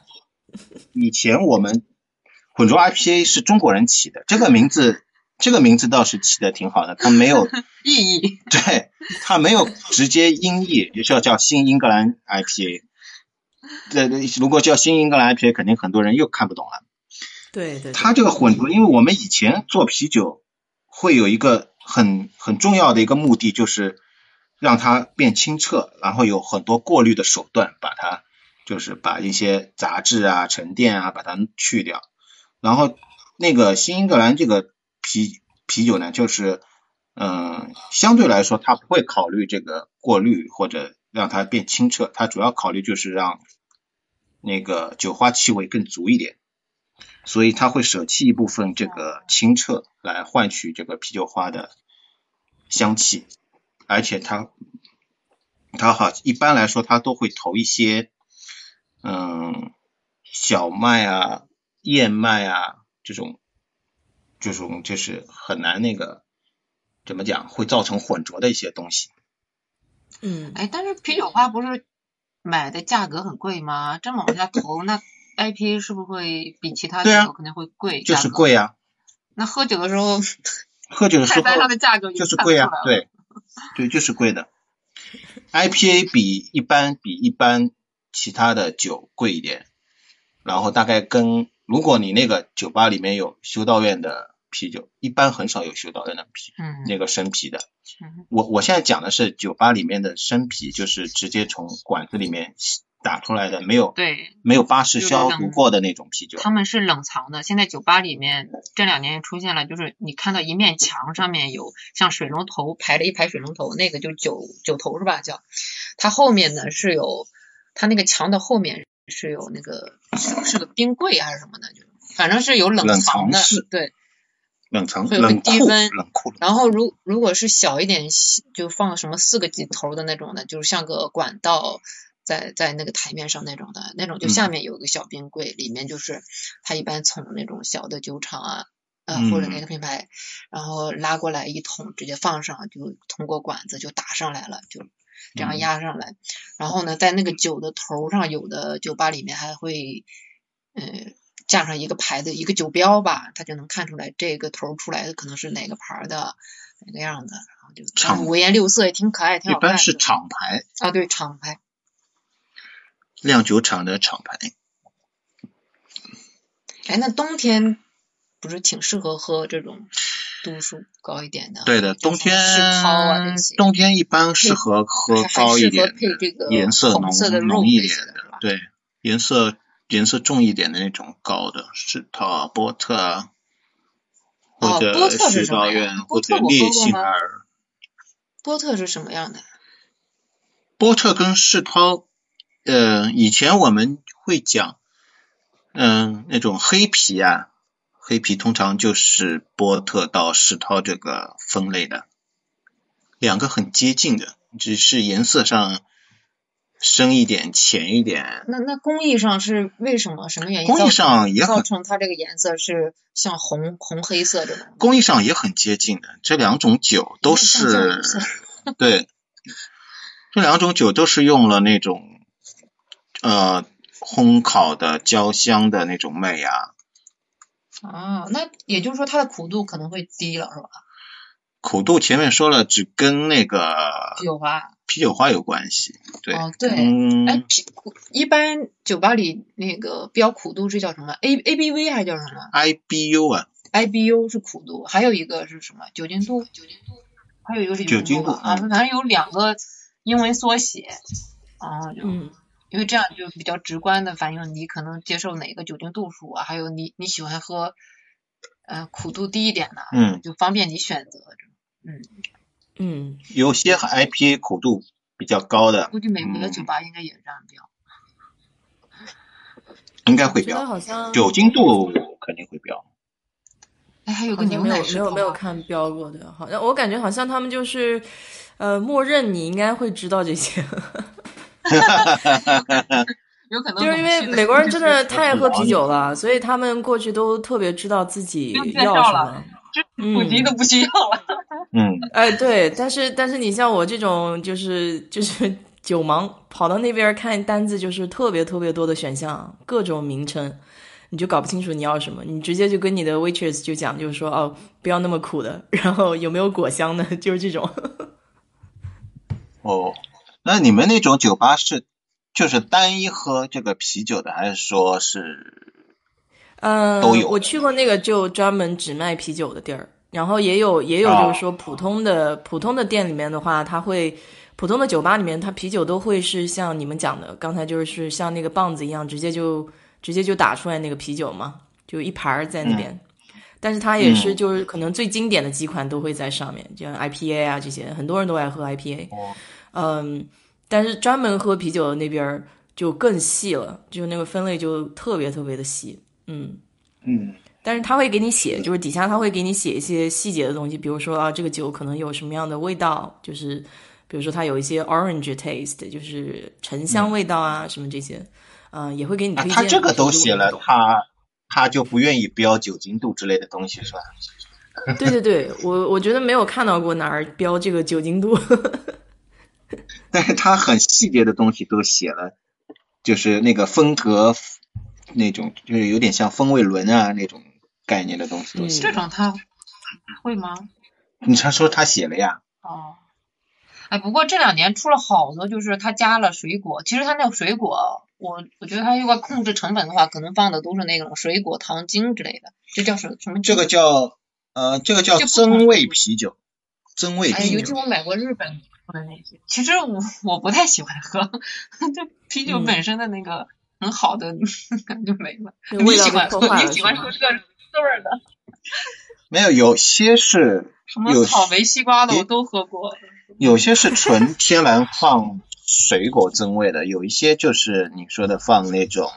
混浊 IPA 是中国人起的，这个名字倒是起的挺好的，它没有意义， 对，它没有直接音译，就是叫新英格兰 IPA。如果叫新英格兰 IPA， 肯定很多人又看不懂了。 对对， 它这个混浊，因为我们以前做啤酒会有一个很重要的一个目的，就是让它变清澈，然后有很多过滤的手段，就是把一些杂质啊、沉淀啊把它去掉。然后那个新英格兰这个啤酒呢，就是相对来说它不会考虑这个过滤或者让它变清澈，它主要考虑就是让那个酒花气味更足一点，所以它会舍弃一部分这个清澈来换取这个啤酒花的香气，而且它一般来说它都会投一些小麦啊、燕麦啊这种就是很难那个怎么讲，会造成混浊的一些东西。 但是啤酒花不是买的价格很贵吗？这么往下投，那 IPA 是不是会比其他酒肯定会贵？ 就是贵啊。 那喝酒的时候菜单上的价格就是贵啊，对，就是贵的。IPA 比一般其他的酒贵一点，然后大概如果你那个酒吧里面有修道院的啤酒，一般很少有修道院的那个生啤的。我现在讲的是酒吧里面的生啤，就是直接从管子里面打出来的，没有巴氏消毒过的那种啤酒。 他们是冷藏的。现在酒吧里面这2年出现了，就是你看到一面墙上面有像水龙头排了一排水龙头，那个就是酒头是吧？叫它后面呢是有，它那个墙的后面是有那个是个冰柜还是什么的，就反正是有冷藏的，对。 冷藏会有低温， 冷库。 然后如果是小一点，就放什么4个几头的那种的，就是像个管道在那个台面上那种的，那种就下面有一个小冰柜，里面就是它一般从那种小的酒厂啊，或者哪个品牌，然后拉过来一桶直接放上，就通过管子就打上来了，就这样压上来。然后呢，在那个酒的头上，有的酒吧里面还会架上一个牌子，一个酒标吧，它就能看出来这个头出来的可能是哪个牌的哪个样子，然后就五颜六色，也挺可爱，挺好看。 一般是厂牌啊，对，厂牌， 酿酒厂的厂牌。 那冬天不是挺适合喝这种度数高一点的？ 对的，冬天一般适合喝高一点的，颜色浓一点的，对，颜色重一点的那种高的，世涛、波特啊，或者修道院，或者烈性尔。 波特是什么样的？ 波特跟世涛，以前我们会讲，那种黑啤啊，黑啤通常就是波特到世涛这个分类的，两个很接近的，只是颜色上深一点浅一点。 那工艺上是为什么？什么原因？ 工艺上也造成它这个颜色是像红黑色这种。 工艺上也很接近的，这2种酒都是对，这2种酒都是用了那种烘烤的焦香的那种麦芽。 那也就是说它的苦度可能会低了，是吧？ 苦度前面说了，只跟那个啤酒花有关系。对， 对，一般酒吧里那个标苦度是叫什么 ？ABV 还叫什么 ？IBU 啊 ，IBU 是苦度，还有一个是什么？酒精度，还有一个是酒精度反正有2个英文缩写因为这样就比较直观的反映你可能接受哪个酒精度数啊，还有你喜欢喝苦度低一点的，就方便你选择。 有些 IPA 苦度比较高的， 估计美国的酒吧应该也这样标， 应该会标，酒精度肯定会标。 还有个牛奶没有看标过的，好像我感觉好像他们就是默认你应该会知道这些。 有可能就是因为美国人真的太爱喝啤酒了，所以他们过去都特别知道自己要什么， 普及都不需要了。 对，但是你像我这种就是酒盲，跑到那边看单子就是特别多的选项，各种名称，你就搞不清楚你要什么，你直接就跟你的 waitress 就讲，就是说不要那么苦的，然后有没有果香的，就是这种。 那你们那种酒吧就是单一喝这个啤酒的，还是说是都有。 我去过那个就专门只卖啤酒的地儿，然后也有就是说普通的店里面的话，它会普通的酒吧里面，它啤酒都会是像你们讲的，刚才就是像那个棒子一样，直接就打出来那个啤酒嘛，就一盘在那边。但是它也是就是可能最经典的几款都会在上面，像 IPA 啊这些，很多人都爱喝 IPA。但是专门喝啤酒的那边就更细了，就那个分类就特别特别的细。但是他会给你写，就是底下他会给你写一些细节的东西，比如说啊，这个酒可能有什么样的味道，就是比如说它有一些 orange taste， 就是沉香味道啊，什么这些，也会给你推荐。 他这个都写了，他就不愿意标酒精度之类的东西是吧？ 对对对，我觉得没有看到过哪儿标这个酒精度。 但是他很细节的东西都写了，就是那个风格那种，就是有点像风味轮啊那种概念的东西都写。 这种他会吗？ 你常说他写了呀。 不过这2年出了好多，就是他加了水果。其实他那个水果，我觉得他如果控制成本的话，可能放的都是那种水果糖精之类的。这叫什么？ 这个叫增味啤酒，增味啤酒。 尤其我买过日本的那些，其实我不太喜欢喝，就啤酒本身的那个很好的感觉没了。你喜欢喝这个味儿的？ 没有，有些是什么草莓、西瓜的我都喝过。 有些是纯天然放水果增味的，有一些就是你说的放那种，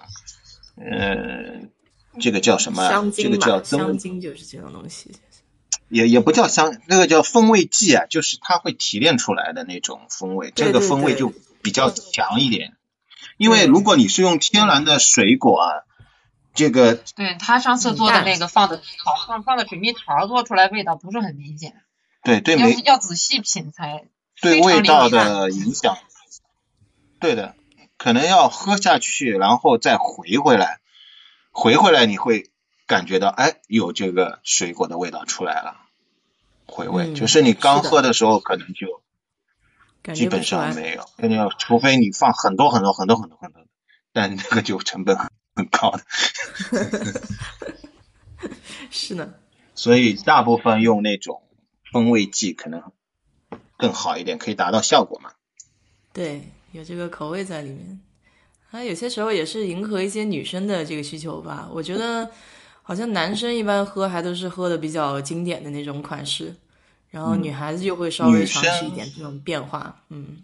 这个叫什么？ 香精这个叫香精，就是这种东西。 也不叫香，那个叫风味剂啊，就是它会提炼出来的那种风味， 对对对， 这个风味就比较强一点。因为如果你是用天然的水果啊，这个对他上次做的那个放的水蜜桃做出来味道不是很明显。 对， 要仔细品才对味道的影响。对的，可能要喝下去，然后再回回来你会感觉到有这个水果的味道出来了。回味就是你刚喝的时候可能就基本上没有，除非你放很多，但那个就成本很高的。 是呢， 所以大部分用那种风味剂可能更好一点，可以达到效果嘛。 对，有这个口味在里面。有些时候也是迎合一些女生的这个需求吧。我觉得好像男生一般喝还都是喝的比较经典的那种款式，然后女孩子就会稍微尝试一点这种变化。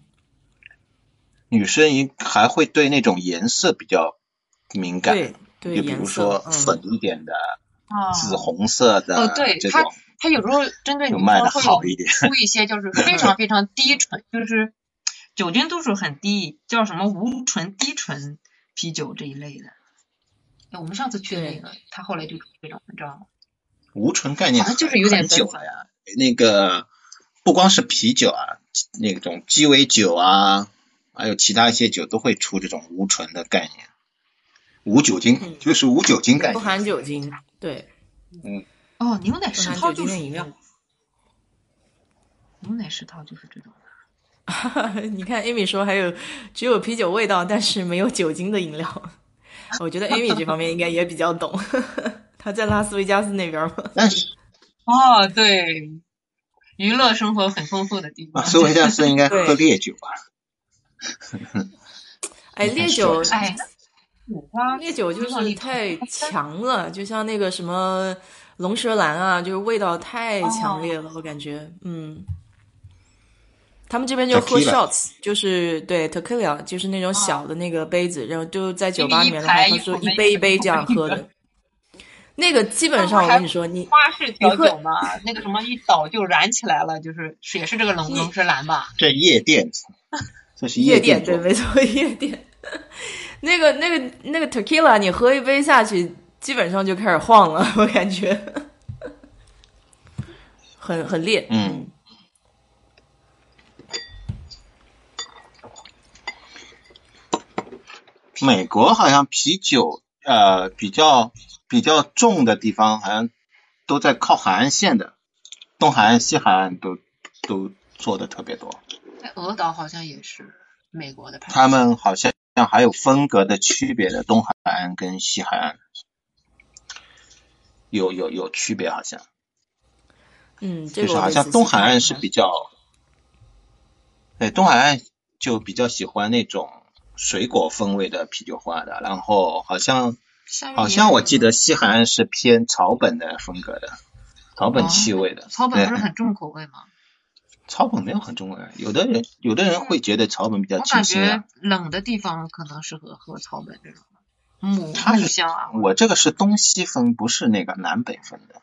女生还会对那种颜色比较敏感， 对， 就比如说粉一点的，紫红色的， 对， 这种它有时候针对女生会出一些就是非常非常低醇，就是酒精度数很低，叫什么无醇低醇啤酒这一类的。我们上次去那个，他后来就出这种，你知道吗？ 无醇概念就是有点久了呀。那个不光是啤酒啊，那种鸡尾酒啊，还有其他一些酒都会出这种无醇的概念，无酒精，就是无酒精概念， 不含酒精。对， 牛奶世涛就是饮料， 牛奶世涛就是这种。 你看 Amy 说还有只有啤酒味道但是没有酒精的饮料，我觉得 Amy 这方面应该也比较懂。她在拉斯维加斯那边嘛。 但是对，娱乐生活很丰富的地方。 拉斯维加斯应该喝烈酒吧？ 烈酒， 烈酒就是太强了，就像那个什么龙舌兰啊，就是味道太强烈了，我感觉，他们这边就喝 shots， 就是对 tequila， 就是那种小的那个杯子，然后就在酒吧里面的话，他说一杯一杯这样喝的。那个基本上我跟你说，你花式调酒嘛，那个什么一倒就燃起来了，也是这个龙舌兰吧？ 这夜店，这是夜店， 对，没错，夜店。那个 tequila， 你喝一杯下去，基本上就开始晃了，我感觉很烈。 美国好像啤酒比较重的地方好像都在靠海岸线的，东海岸西海岸都做的特别多。 在俄岛好像也是美国的牌子， 他们好像还有风格的区别的，东海岸跟西海岸。 有区别好像。 这个就是好像东海岸是比较，对，东海岸就比较喜欢那种水果风味的啤酒花的，然后好像我记得西海岸是偏草本的风格的，草本气味的。 草本不是很重口味吗？ 草本没有很重口味，有的人会觉得草本比较清新。 我感觉冷的地方可能适合喝草本这种木香啊。 我这个是东西分，不是那个南北分的。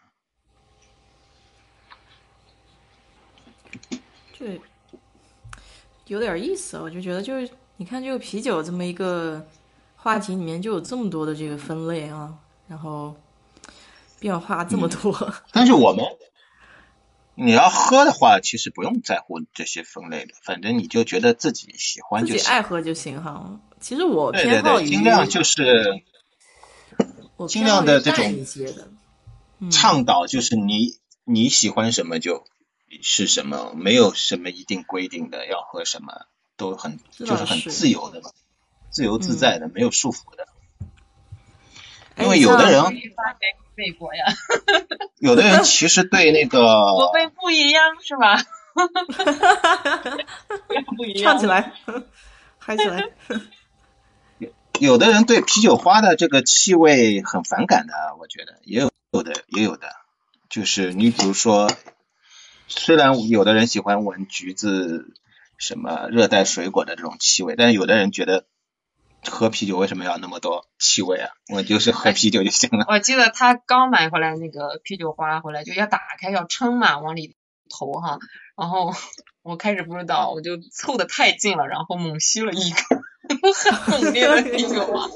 对，有点意思，我就觉得就是你看这个啤酒这么一个话题里面就有这么多的这个分类啊，然后变化这么多。 但是你要喝的话，其实不用在乎这些分类的，反正你就觉得自己喜欢就行， 自己爱喝就行哈。其实我偏好于尽量就是尽量的这种倡导，就是你喜欢什么就是什么，没有什么一定规定的要喝什么，都就是很自由的嘛，自由自在的，没有束缚的。因为有的人美国呀， 有的人其实对那个我们不一样是吧？不一样， 唱起来，嗨起来。 有的人对啤酒花的这个气味很反感的，我觉得也有的，就是你比如说，虽然有的人喜欢闻橘子什么热带水果的这种气味，但是有的人觉得喝啤酒为什么要那么多气味啊？我就是喝啤酒就行了。 我记得他刚买回来那个啤酒花回来就要打开要称嘛，往里投哈，然后我开始不知道，我就凑得太近了，然后猛吸了一口很猛烈的啤酒花，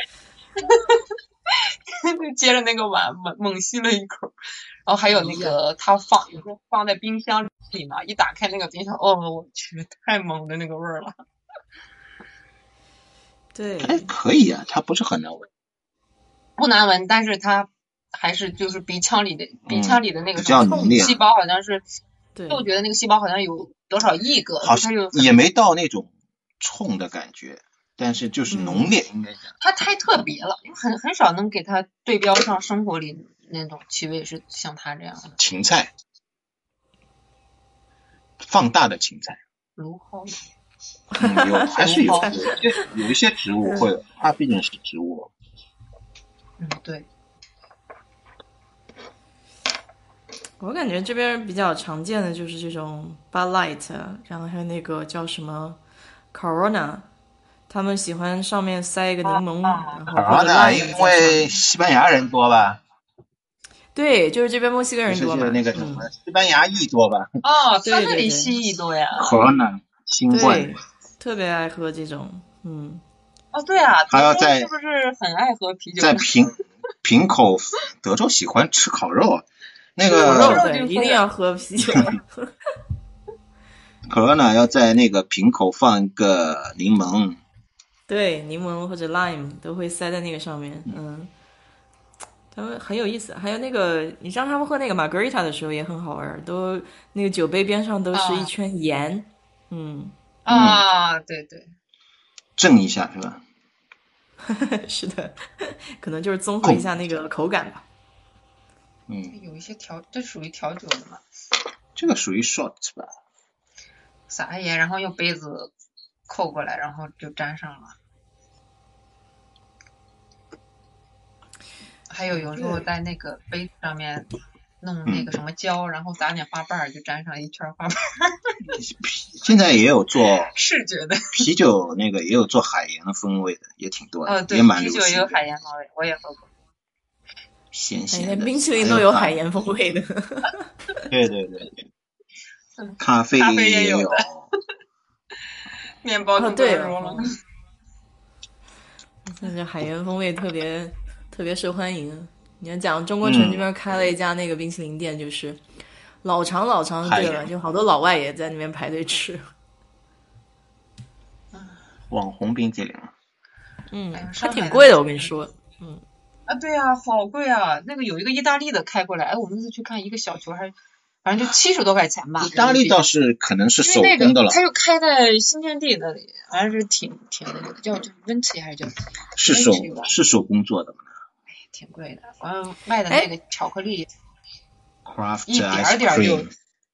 就接着那个碗猛吸了一口。然后还有那个他放在冰箱里嘛，一打开那个冰箱，我去，太猛的那个味儿了。 对， 可以啊，它不是很难闻， 不难闻，但是它还是就是鼻腔里的那个什么细胞好像是，我觉得那个细胞好像有多少亿个， 好像也没到那种冲的感觉，但是就是浓烈，应该讲它太特别了，很少能给它对标上生活里那种气味是像它这样的。 芹菜，放大的芹菜， 芦蒿。 还是有一些植物会，它毕竟是植物。 对。 我感觉这边比较常见的就是这种 Bud Light， 然后还有那个叫什么 Corona， 他们喜欢上面塞一个柠檬，然后或者 lime。 因为西班牙人多吧？ 对，就是这边墨西哥人多嘛。 就是那个什么西班牙裔多吧？ 他那里西裔多呀。 Corona 新冠。 特别爱喝这种， 对啊， 还要在是不是很爱喝啤酒？ 在瓶口，德州喜欢吃烤肉，那个对，一定要喝啤酒。 Corona 要在那个瓶口放一个柠檬， 对，柠檬或者 lime 都会塞在那个上面，他们很有意思。还有那个，你让他们喝那个 Margarita 的时候也很好玩，都那个酒杯边上都是一圈盐， 对对， 震一下是吧？ 是的，可能就是综合一下那个口感吧。 有一些这属于调酒的嘛？ 这个属于 shot 吧？ 撒盐，然后用杯子扣过来，然后就沾上了。还有时候在那个杯子上面弄那个什么胶，然后撒点花瓣就沾上一圈花瓣。 现在也有做视觉的啤酒，那个也有做海盐风味的，也挺多的。 对， 也蛮流行的。 啤酒也有海盐风味，我也喝过。 咸咸的， 连冰淇淋都有海盐风味的。 对对对对，咖啡也有， 面包对了。 现在海盐风味特别受欢迎。你看，讲中国城这边开了一家那个冰淇淋店，就是老长的队了，就好多老外也在那边排队吃。 网红冰淇淋。 还挺贵的，我跟你说。 对啊，好贵啊！那个有一个意大利的开过来，我们那次去看一个小球，反正就70多块钱吧。 意大利倒是可能是手工的了。 他又开在新天地那里，好像是挺那个叫 Venti 还是叫？ 是手工做的吗？ 挺贵的。卖的那个巧克力，一点点就。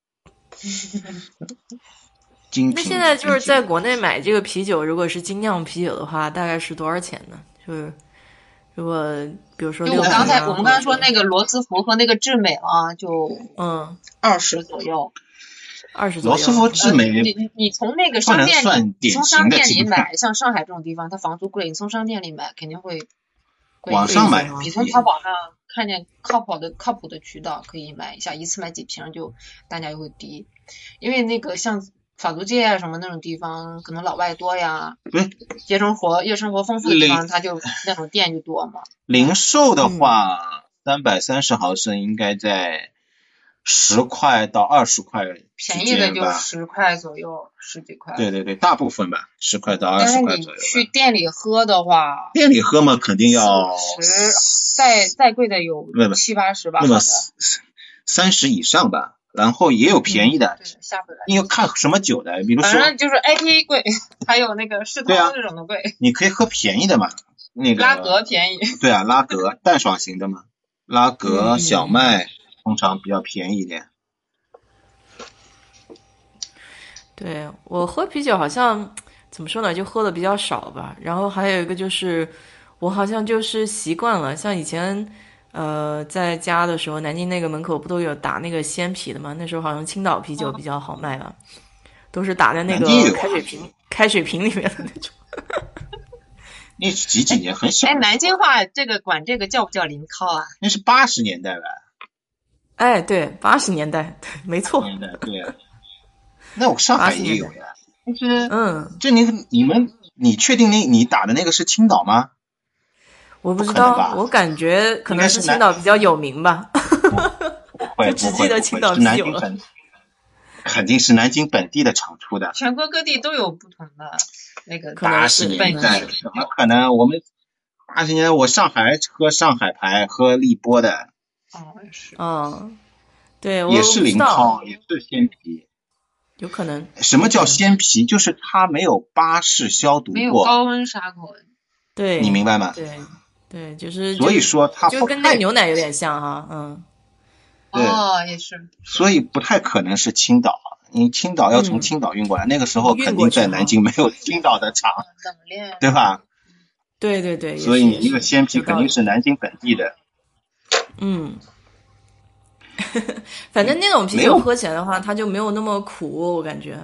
那现在就是在国内买这个啤酒，如果是精酿啤酒的话，大概是多少钱呢？就是如果比如说我们刚才说那个罗斯福和那个智美啊，就20左右。 20左右。 罗斯福智美， 你从那个商店从商店里买，像上海这种地方，它房租贵，你从商店里买肯定会贵。 网上买比从淘宝上看见靠谱的渠道可以买一下，一次买几瓶就单价就会低，因为那个像法租界啊什么那种地方，可能老外多呀，夜生活丰富的地方，它就那种店就多嘛。 零售的话，330毫升应该在10块到20块之间吧， 便宜的就10块左右，10几块。 对，大部分吧，10块到20块左右。 但是你去店里喝的话， 店里喝嘛，肯定要再贵的有70、80吧， 那么30以上吧。然后也有便宜的，你要看什么酒的，比如说， 反正就是 IPA 贵，还有那个世涛这种的贵。 你可以喝便宜的嘛，那个拉格便宜。 对啊，拉格淡爽型的嘛，拉格小麦通常比较便宜一点。 对，我喝啤酒好像怎么说呢，就喝的比较少吧。然后还有一个就是我好像就是习惯了，像以前在家的时候，南京那个门口不都有打那个鲜啤的吗？那时候好像青岛啤酒比较好卖吧，都是打在那个开水瓶里面的那种。 那是几年很小。 南京话管这个叫不叫临靠啊？ 那是80年代吧？ 对，80年代，对，没错。 对啊。那我上海也有呀。但是，这你确定你打的那个是青岛吗？ 我不知道，我感觉可能是青岛比较有名吧。就只记得青岛啤酒了。 肯定是南京本地的厂出的。 全国各地都有不同的那个 80年代，怎么可能？我们80年代我上海喝上海牌，喝立波的。 是。 对， 也是临靠，也是鲜啤。 有可能。 什么叫鲜啤？就是它没有巴氏消毒过， 没有高温杀口。 对， 你明白吗？ 对，就是所以说它就跟那个牛奶有点像哈， 对， 也是。 所以不太可能是青岛，你青岛要从青岛运过来，那个时候肯定在南京没有青岛的厂，对吧？ 对。 所以你那个鲜啤肯定是南京本地的。 反正那种啤酒喝起来的话，它就没有那么苦，我感觉。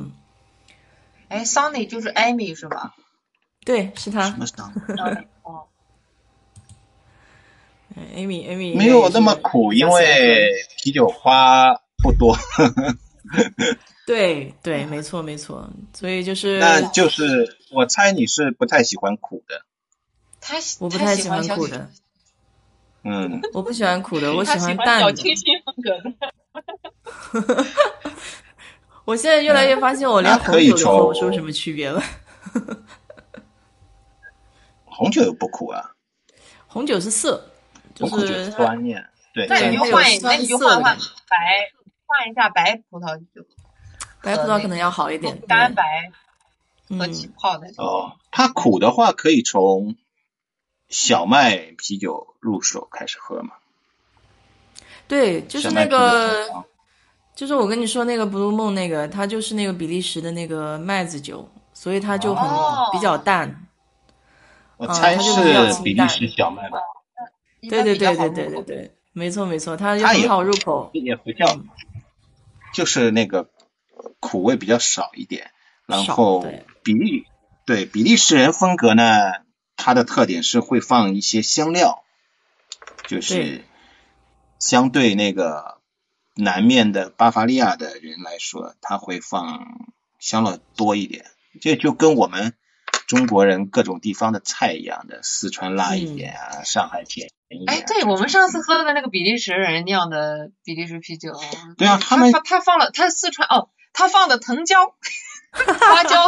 Sunny 就是艾米是吧？ 对，是他。 什么 Sunny？ 艾米没有那么苦，因为啤酒花不多。 对，没错，所以就是。 那就是我猜你是不太喜欢苦的。 我不太喜欢苦的。我不喜欢苦的，我喜欢淡的。 小清新风格的。 我现在越来越发现，我连红酒都喝不出什么区别了。 红酒又不苦啊。 红酒是涩，就是酸面。对。 那你就换一下白葡萄酒。 白葡萄可能要好一点。 干白和起泡的。 它苦的话可以从小麦啤酒入手开始喝嘛。 对，就是那个，就是我跟你说那个 Blue Moon 那个，它就是那个比利时的那个麦子酒，所以它就比较淡。 我猜是比利时小麦吧。 对，没错，它就很好入口。 也不叫，就是那个苦味比较少一点。然后比利时人风格呢，它的特点是会放一些香料，就是相对那个南面的巴伐利亚的人来说，他会放香料多一点，这就跟我们中国人各种地方的菜一样的，四川辣一点啊，上海甜一点。 对，我们上次喝的那个比利时人酿的比利时啤酒， 对啊，他放了他四川他放的藤椒、花椒。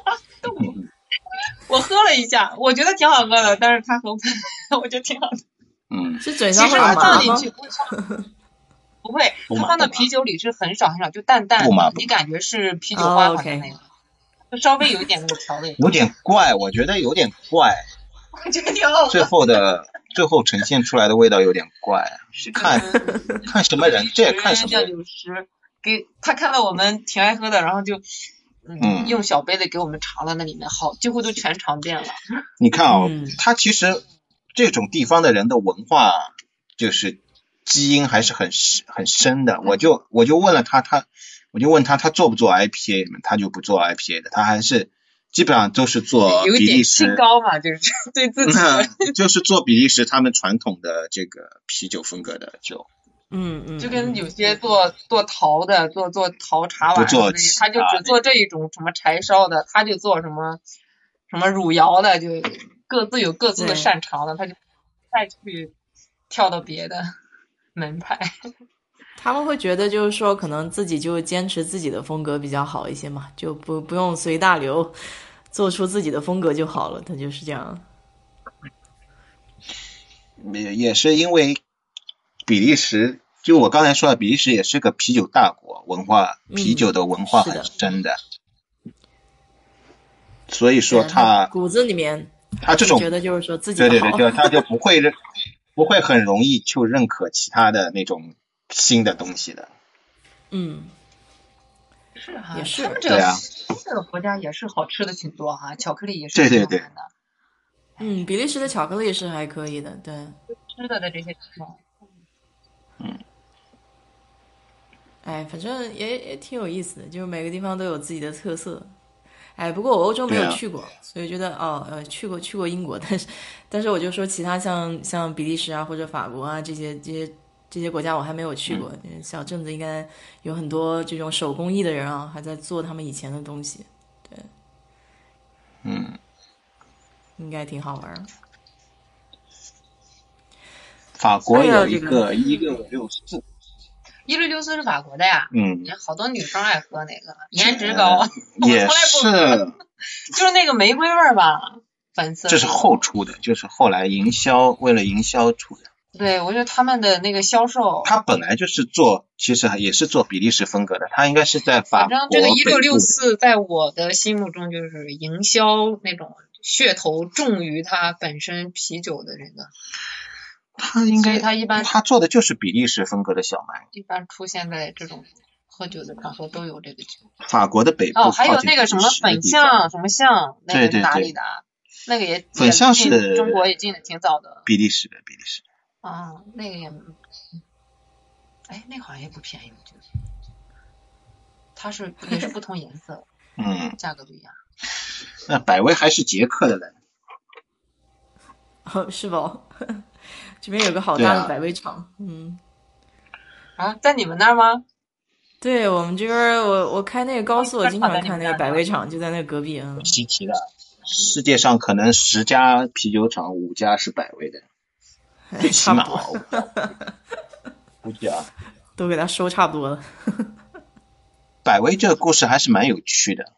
我喝了一下，我觉得挺好喝的，但是他喝我觉得挺好的。 是嘴上会放进去不会，它放到啤酒里是很少，就淡淡的，你感觉是啤酒花好像那个，就稍微有一点那个调味。 有点怪，我觉得有点怪。 我觉得挺好喝。 最后的最后呈现出来的味道有点怪，是看什么人，这也看什么人。 酱酒师给他看到我们挺爱喝的，然后就用小杯子给我们尝了，那里面好几乎都全尝遍了。 你看他其实这种地方的人的文化就是基因还是很深的。我就问了他做不做 IPA， 他就不做 IPA 的，他还是基本上都是做比利时， 有点清高嘛，就是对自己就是做比利时他们传统的这个啤酒风格的酒。 就跟有些做陶的做陶茶碗之类，他就只做这一种什么柴烧的，他就做什么汝窑的，就各自有各自的擅长的，他就再去跳到别的门派。 他们会觉得就是说可能自己就坚持自己的风格比较好一些嘛，就不用随大流，做出自己的风格就好了，他就是这样。 也是因为比利时，就我刚才说的，比利时也是个啤酒大国，啤酒的文化很深的，所以说他骨子里面他这种觉得就是说自己的好， 对，他就不会很容易就认可其他的那种新的东西的。 是啊， 也是他们这个国家也是好吃的挺多哈，巧克力也是对的。 比利时的巧克力是还可以的，对。 吃的这些地方。 反正也挺有意思的，就是每个地方都有自己的特色。不过我欧洲没有去过，所以觉得去过英国，但是我就说其他像比利时啊或者法国啊这些国家我还没有去过。小镇子应该有很多这种手工艺的人啊，还在做他们以前的东西，对，应该挺好玩。 法国有一个1664。 1664是法国的呀，好多女生爱喝那个，颜值高， 也是， 就是那个玫瑰味吧，粉色。 这是后出的，就是后来为了营销出的。 对，我觉得他们的那个销售， 他本来就是其实也是做比利时风格的，他应该是在法国。反正这个1664在我的心目中就是营销那种噱头重于它本身啤酒的这个。他一般他做的就是比利时风格的小麦， 一般出现在这种喝酒的场合都有这个酒。 法国的北部还有那个什么粉象什么象，那个是哪里的？那个也粉象是中国也进的挺早的。 比利时的。 那个也，那个好像也不便宜，我觉得。它也是不同颜色，价格不一样。 那百威还是捷克的嘞。 是吧？这边有个好大的百威厂， 在你们那儿吗？ 对，我们这边我开那个高速，我经常看那个百威厂，就在那个隔壁。 稀奇的，世界上可能10家啤酒厂5家是百威的，最起码估计都给他收差不多了。 百威这个故事还是蛮有趣的。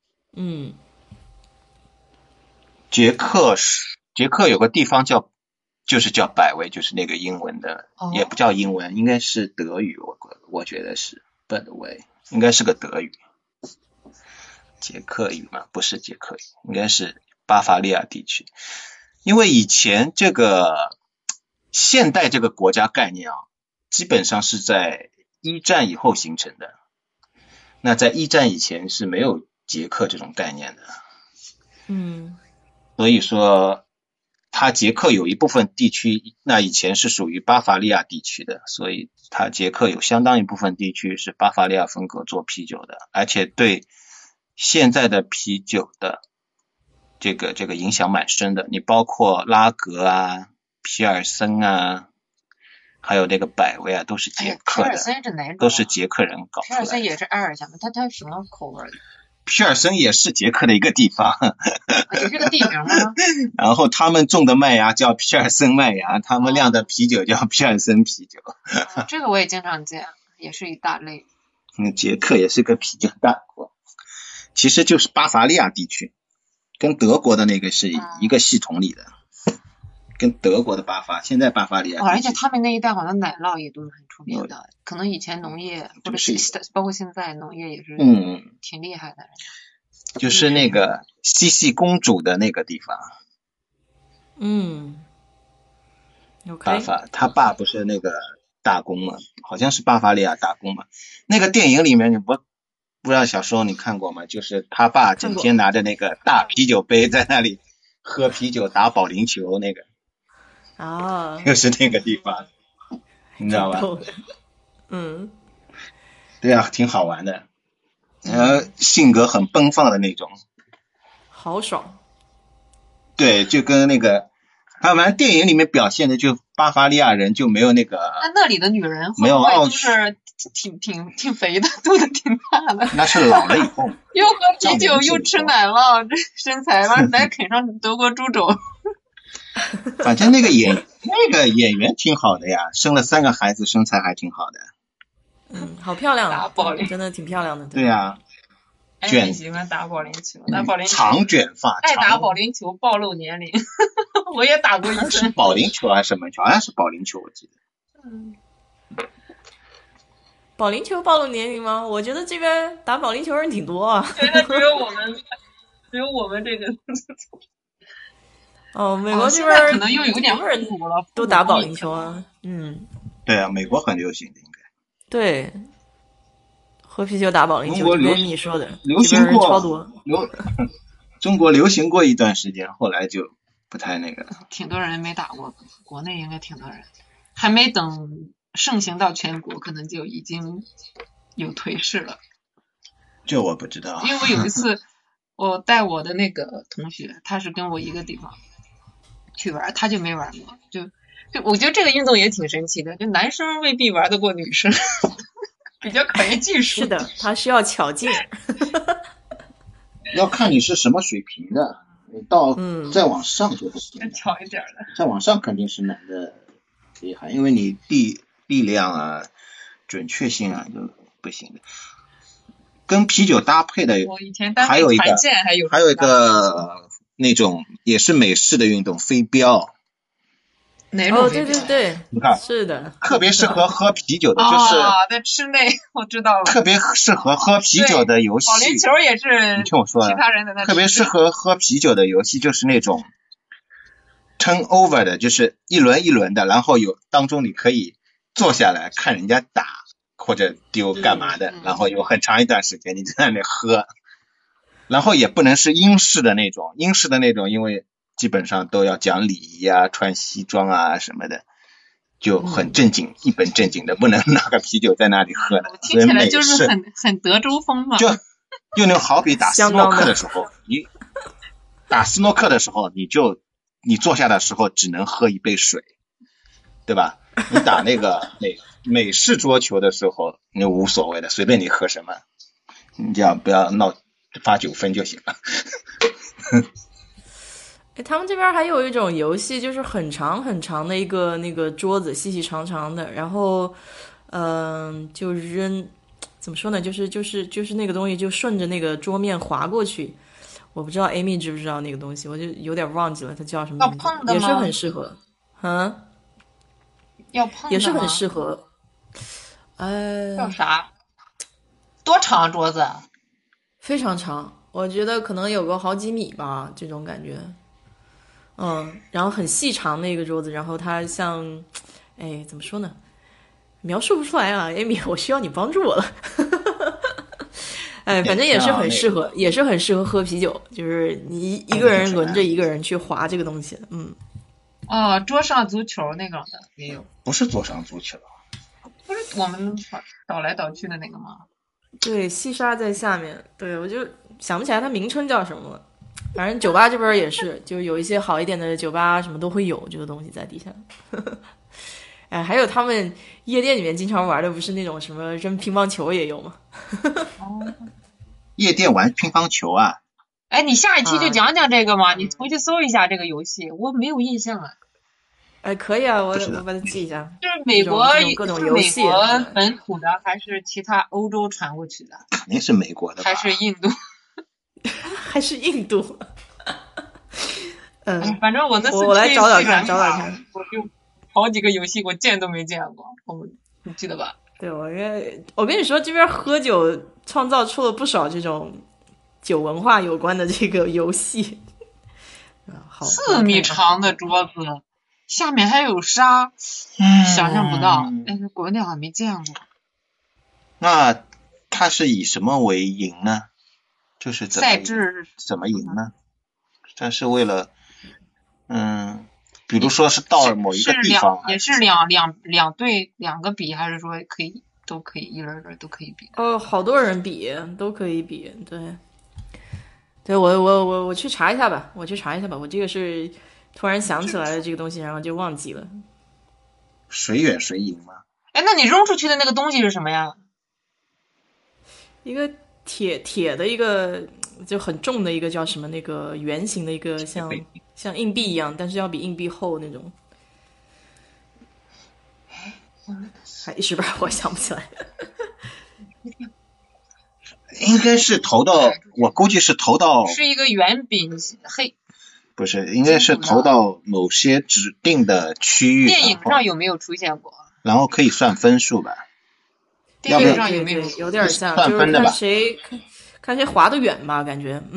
捷克有个地方就是叫百威，就是那个英文的，也不叫英文，应该是德语，我觉得是 Budweiser， 应该是个德语，捷克语嘛，不是捷克语，应该是巴伐利亚地区。因为以前这个现代这个国家概念基本上是在1战以后形成的，那在1战以前是没有捷克这种概念的。所以说它捷克有一部分地区那以前是属于巴伐利亚地区的，所以它捷克有相当一部分地区是巴伐利亚风格做啤酒的，而且对现在的啤酒的这个影响蛮深的。你包括拉格啊、皮尔森啊，还有那个百威都是捷克的，都是捷克人搞出来的。 皮尔森也是艾尔下面，它什么口味的？ 皮尔森也是捷克的一个地方， 也是个地名吗？ 然后他们种的麦芽叫皮尔森麦芽，他们酿的啤酒叫皮尔森啤酒。 这个我也经常见，也是一大类。 捷克也是个啤酒大国，其实就是巴伐利亚地区，跟德国的那个是一个系统里的，跟德国的现在巴伐利亚地区。 而且他们那一带好像奶酪也都是很出名的，可能以前农业或者包括现在农业也是挺厉害的。 就是那个茜茜公主的那个地方。 巴伐，他爸不是那个大公嘛，好像是巴伐利亚大公嘛。那个电影里面你不知道小时候你看过吗？就是他爸整天拿着那个大啤酒杯在那里喝啤酒打保龄球那个。 啊， 就是那个地方，你知道吧？ 嗯， 对啊，挺好玩的。性格很奔放的那种， 豪爽。 对，就跟那个，反正电影里面表现的就巴伐利亚人就没有那个。 那里的女人会不会都是挺肥的，肚子挺大的？ 那是老了以后。 又喝啤酒又吃奶酪，这身材来啃上德国猪肘。 反正那个演员挺好的呀，生了3个孩子，身材还挺好的。 好漂亮，真的挺漂亮的。 对呀， 卷喜欢打保龄球，打保龄球长卷发， 爱打保龄球暴露年龄。我也打过一次。 是保龄球还是什么球？好像是保龄球，我记得。 保龄球暴露年龄吗？我觉得这边打保龄球人挺多啊。 觉得只有我们这个。 美国这边可能又有点人都打保龄球啊。 对啊，美国很流行的应该。 对，喝啤酒打保龄球，就跟你说的， 流行过超多。 中国流行过一段时间，后来就不太那个。 挺多人没打过，国内应该挺多人，还没等盛行到全国，可能就已经有颓势了。 这我不知道。 因为我有一次，我带我的那个同学，他是跟我一个地方去玩，他就没玩过。就我觉得这个运动也挺神奇的，就男生未必玩得过女生，比较考验技术。 是的，他需要巧劲。 要看你是什么水平的，你到再往上就不行。 巧一点的。 再往上肯定是男的厉害，因为你力量啊、准确性啊就不行的。跟啤酒搭配的， 我以前还有一个那种也是美式的运动，飞镖。 哪种？ 对， 你看， 是的， 特别适合喝啤酒的，就是在室内，我知道了。 特别适合喝啤酒的游戏， 保龄球也是。 你听我说， 其他人的特别适合喝啤酒的游戏就是那种 turn over 的，就是一轮一轮的，然后当中你可以坐下来看人家打或者丢干嘛的，然后有很长一段时间你在那里喝，然后也不能是英式的那种，因为基本上都要讲礼仪啊，穿西装啊什么的，就很正经，一本正经的，不能拿个啤酒在那里喝的。 听起来就是很德州风嘛。 就能好比打斯诺克的时候，你打斯诺克的时候，你坐下的时候只能喝一杯水，对吧？你打那个美式桌球的时候，你无所谓的，随便你喝什么，你只要不要闹发9分就行了。 他们这边还有一种游戏，就是很长很长的一个那个桌子，细细长长的，然后就扔，怎么说呢，就是那个东西就顺着那个桌面滑过去。我不知道 Amy 知不知道那个东西，我就有点忘记了它叫什么名字。 要碰的吗？ 也是很适合。 要碰的吗？ 也是很适合。 叫啥？多长桌子？ 非常长，我觉得可能有个好几米吧，这种感觉。然后很细长的一个桌子，然后它像，怎么说呢？描述不出来啊 ，Amy， 我需要你帮助我了。反正也是很适合，喝啤酒，就是你一个人轮着一个人去划这个东西。 桌上足球那个的也有。 不是桌上足球， 不是我们倒来倒去的那个吗？ 对，细沙在下面。对，我就想不起来它名称叫什么了。反正酒吧这边也是，就有一些好一点的酒吧什么都会有这个东西在底下。还有他们夜店里面经常玩的不是那种什么扔乒乓球也有吗？ 夜店玩乒乓球啊？ 你下一期就讲讲这个嘛，你回去搜一下这个游戏，我没有印象啊。 可以啊，我把它记一下。 就是美国各种游戏， 美国本土的还是其他欧洲传过去的？ 肯定是美国的吧？ 还是印度？ 还是印度？ 反正我那次我来找找看， 我就好几个游戏我见都没见过，你记得吧？ 对，我跟你说，这边喝酒创造出了不少这种酒文化有关的这个游戏。 4米长的桌子， 下面还有沙，想象不到，但是国内好像没见过。 那它是以什么为赢呢？就是赛制怎么赢呢？这是为了比如说是到某一个地方， 也是两队两个比，还是说都可以一轮都可以比？ 好多人比都可以比，对，我去查一下吧，我这个是突然想起来的这个东西，然后就忘记了。 谁远谁赢吗？ 哎，那你扔出去的那个东西是什么呀？ 一个铁的一个就很重的一个叫什么那个圆形的一个像硬币一样，但是要比硬币厚那种。还一时半会儿想不起来。 应该是我估计是投到是一个圆饼黑。 不是，应该是投到某些指定的区域。 电影上有没有出现过？ 然后可以算分数吧。 电影上有没有？ 有点像， 算分的吧？ 就是看谁滑得远吧，感觉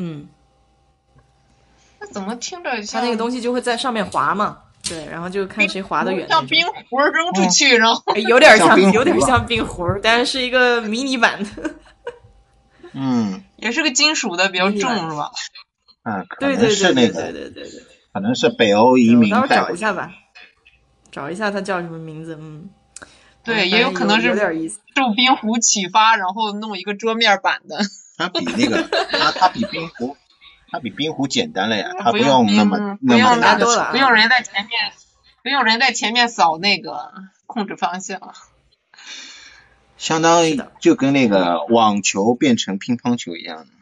那怎么听着像？ 他那个东西就会在上面滑嘛。对，然后就看谁滑得远。 像冰壶扔出去，然后有点像冰壶，但是一个迷你版的。 也是个金属的，比较重是吧？ 可能是那个， 对， 可能是北欧移民。 我找一下吧，找一下它叫什么名字。 对，也有可能是有点意思， 受冰壶启发，然后弄一个桌面版的。 它比那个，它比冰壶简单了呀，它不用那么大的手， 不用人在前面扫那个控制方向。 相当于就跟那个网球变成乒乓球一样。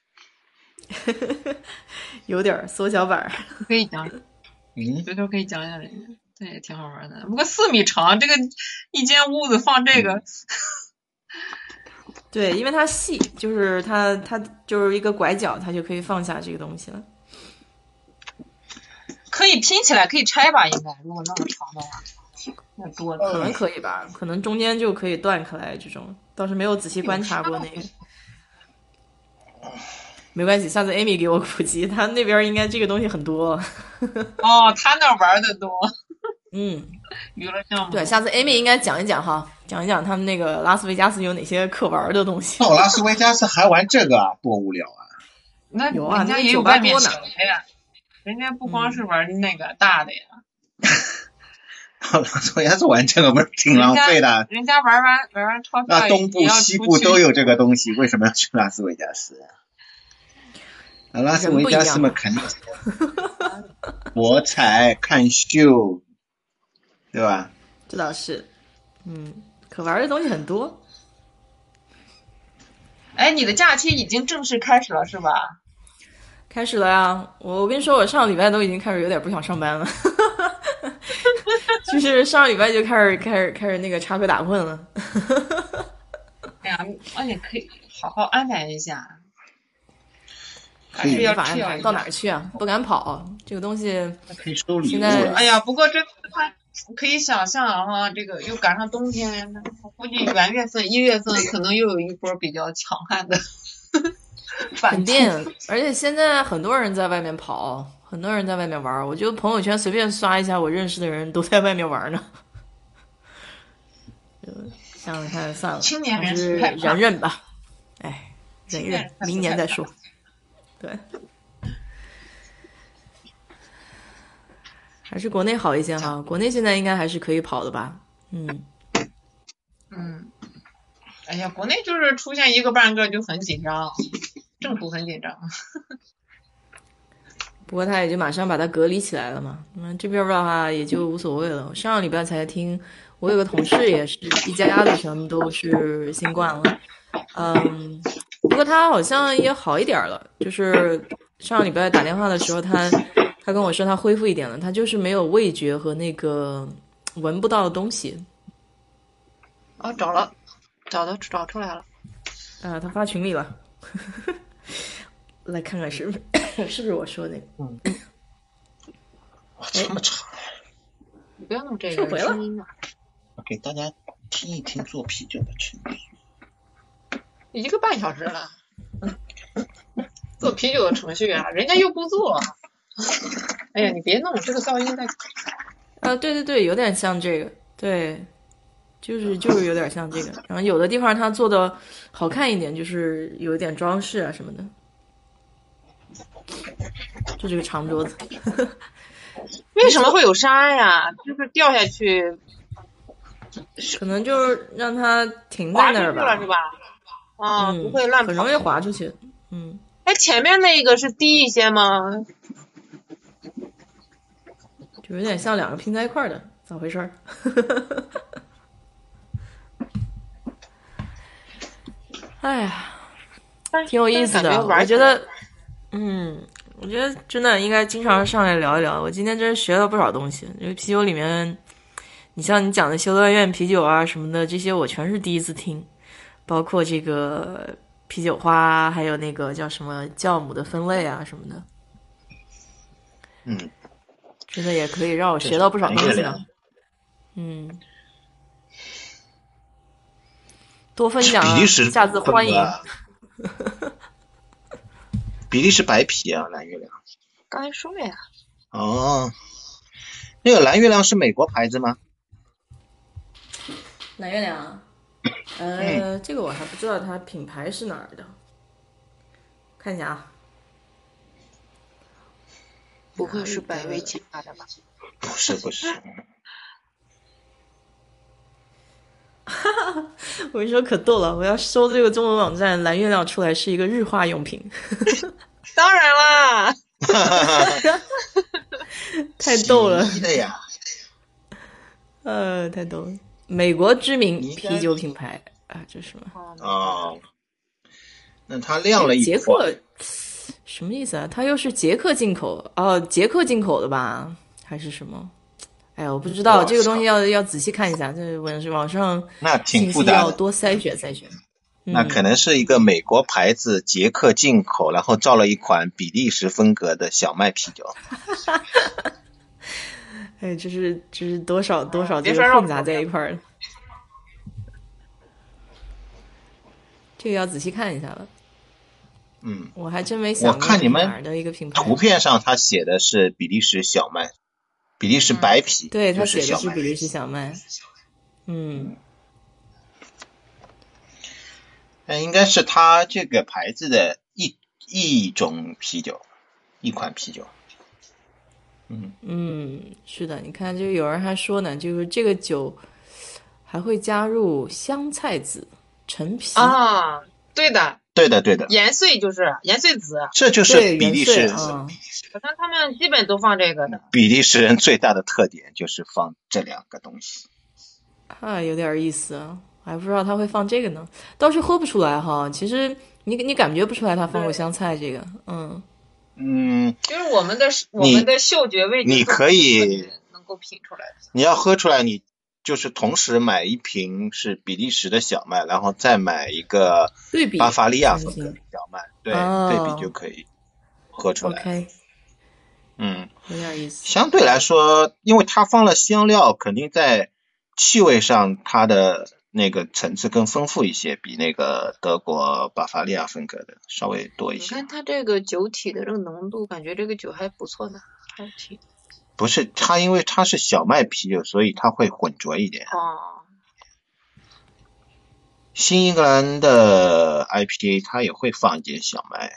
有点缩小版。 可以讲，回头可以讲讲人家，这也挺好玩的。不过4米长，这个一间屋子放这个。 对，因为它细，就是它就是一个拐角，它就可以放下这个东西了。 可以拼起来，可以拆吧？应该，如果那么长的话。 可能可以吧，可能中间就可以断开来，这种倒是没有仔细观察过那个。没关系，下次 Amy 给我普及，他那边应该这个东西很多。 他那玩的多。娱乐项目。 对，下次 Amy 应该讲一讲他们那个拉斯维加斯有哪些可玩的东西。 到拉斯维加斯还玩这个啊，多无聊啊！ 那有啊， 人家也有外面小的呀，人家不光是玩那个大的呀。 到拉斯维加斯玩这个不是挺浪费的？ 人家玩完钞票， 那东部西部都有这个东西，为什么要去拉斯维加斯？拉斯维加斯嘛，肯定博彩看秀，对吧？ 这倒是，可玩的东西很多。 哎，你的假期已经正式开始了是吧？ 开始了呀！我跟你说，我上个礼拜都已经开始有点不想上班了。就是上个礼拜就开始那个插科打诨了。 哎呀，而且可以好好安排一下。 还是要安排到哪儿去啊？不敢跑，这个东西可以收礼物。 哎呀，不过这可以想象啊，这个又赶上冬天，我估计元月份、1月份可能又有一波比较强悍的。 肯定，而且现在很多人在外面跑。很多人在外面玩，我就朋友圈随便刷一下，我认识的人都在外面玩呢。想想看，算了， 青年人还是忍吧。哎，忍，明年再说。对，还是国内好一些哈。国内现在应该还是可以跑的吧？ 哎呀，国内就是出现一个半个就很紧张，政府很紧张。 不过他也就马上把它隔离起来了嘛，这边的话也就无所谓了。上个礼拜才听，我有个同事也是一家的全部都是新冠了，不过他好像也好一点了，就是上个礼拜打电话的时候，他跟我说他恢复一点了，他就是没有味觉和那个闻不到的东西。 找出来了， 他发群里了。来看看是不是我说那个？ 这么长， 你不要弄这个声音嘛。 我给大家听一听做啤酒的程序。 1个半小时了，做啤酒的程序啊，人家又不做。哎呀，你别弄这个噪音在。 对对对，有点像这个，对，就是有点像这个。然后有的地方它做的好看一点，就是有一点装饰啊什么的。就这个长桌子， 为什么会有沙呀？就是掉下去， 可能就是让它停在那儿吧， 是吧？啊，不会乱跑， 很容易滑出去。嗯， 哎，前面那个是低一些吗？ 就有点像两个拼在一块的，咋回事？哎呀，挺有意思的，我觉得，我觉得真的应该经常上来聊一聊。我今天真是学了不少东西。因为啤酒里面，你像你讲的修道院啤酒啊什么的，这些我全是第一次听，包括这个啤酒花，还有那个叫什么酵母的分类啊什么的。真的也可以让我学到不少东西呢。多分享啊，下次欢迎。 比利时白啤啊，蓝月亮。 刚才说了呀。 哦，那个蓝月亮是美国牌子吗？ 蓝月亮，这个我还不知道它品牌是哪儿的，看一下啊。 不会是百威旗下的吧？ 不是。 我跟你说可逗了，我要搜这个中文网站，蓝月亮出来是一个日化用品。 当然啦， 太逗了。 洗衣的呀。 太逗了。美国知名啤酒品牌啊，这是什么？ 哦，那它亮了一捷克，什么意思啊？它又是捷克进口哦，捷克进口的吧？还是什么？哎呀，我不知道这个东西要仔细看一下，这网上那挺复杂的， 要多筛选筛选。 那可能是一个美国牌子捷克进口，然后造了一款比利时风格的小麦啤酒。 哎，这是多少这个混杂在一块儿了。这个要仔细看一下了。我还真没想过。 我看你们哪儿的一个品牌？ 图片上他写的是比利时小麦，比利时白啤。 对，他写的是比利时小麦。 应该是他这个牌子的一种啤酒，一款啤酒。 是的，你看，就有人还说呢，就是这个酒还会加入香菜籽、陈皮啊，对的，盐碎就是盐碎籽， 这就是比利时。 好像他们基本都放这个的。 比利时人最大的特点就是放这两个东西。 有点意思啊。还不知道他会放这个呢，倒是喝不出来哈。其实你感觉不出来他放过香菜这个， 就是我们的嗅觉味觉， 你可以能够品出来的。 你要喝出来，你就是同时买一瓶是比利时的小麦，然后再买一个巴伐利亚风格的小麦，对比就可以喝出来。 OK， 有点意思。 相对来说，因为它放了香料，肯定在气味上它的那个层次更丰富一些，比那个德国巴伐利亚风格的稍微多一些。 你看它这个酒体的这个浓度，感觉这个酒还不错呢，还挺。 不是它，因为它是小麦啤酒，所以它会混浊一点。新英格兰的 IPA 它也会放一点小麦。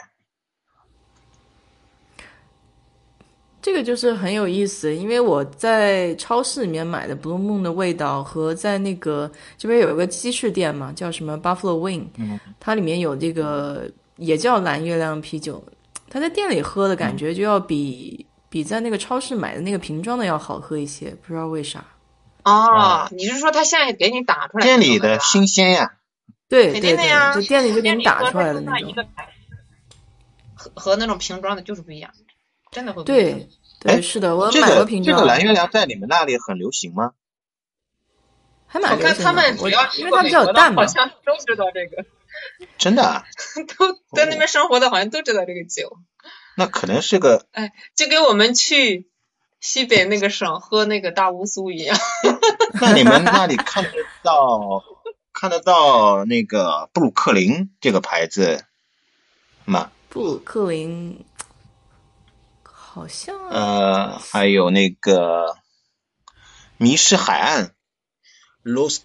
这个就是很有意思，因为我在超市里面买的 Blue Moon 的味道和在那个这边有一个鸡翅店嘛，叫什么 Buffalo Wing，它里面有这个也叫蓝月亮啤酒，它在店里喝的感觉就要比在那个超市买的那个瓶装的要好喝一些，不知道为啥。 你是说他现在给你打出来店里的新鲜呀？ 对， 肯定的呀， 就店里就给你打出来的那种。 和那种瓶装的就是不一样。真的会不一样。 对，是的，我买过瓶装。 这个蓝月亮在你们那里很流行吗？ 还蛮流行的。 我看他们只要因为它比较淡嘛， 好像都知道这个。 真的啊？ 都在那边生活的，好像都知道这个酒。 那可能是个， 就跟我们去西北那个省喝那个大乌苏一样。 那你们那里看得到那个布鲁克林这个牌子吗？ 布鲁克林。好像还有那个迷失海岸 Lost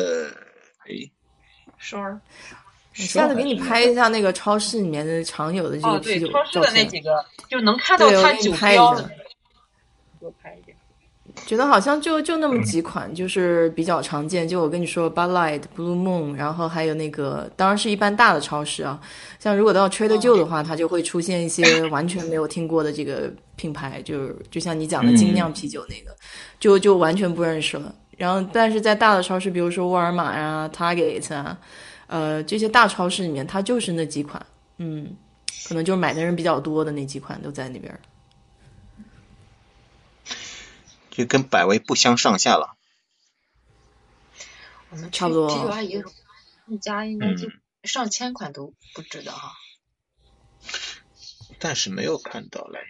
Shore。 下次给你拍一下那个超市里面的常有的这个啤酒照片。 超市的那几个就能看到它酒标的。给我拍一下。 觉得好像就那么几款，就是比较常见。就我跟你说 Bud Light、Blue Moon， 然后还有那个，当然是一般大的超市啊。像如果到 Trader Joe 的话，它就会出现一些完全没有听过的这个品牌，就像你讲的精酿啤酒那个，就完全不认识了。然后，但是在大的超市，比如说沃尔玛呀、Target 啊，这些大超市里面，它就是那几款，可能就是买的人比较多的那几款都在那边。 就跟百威不相上下了。 我们差不多。 啤酒阿姨一家应该就上千款都不止的哈。 但是没有看到蓝月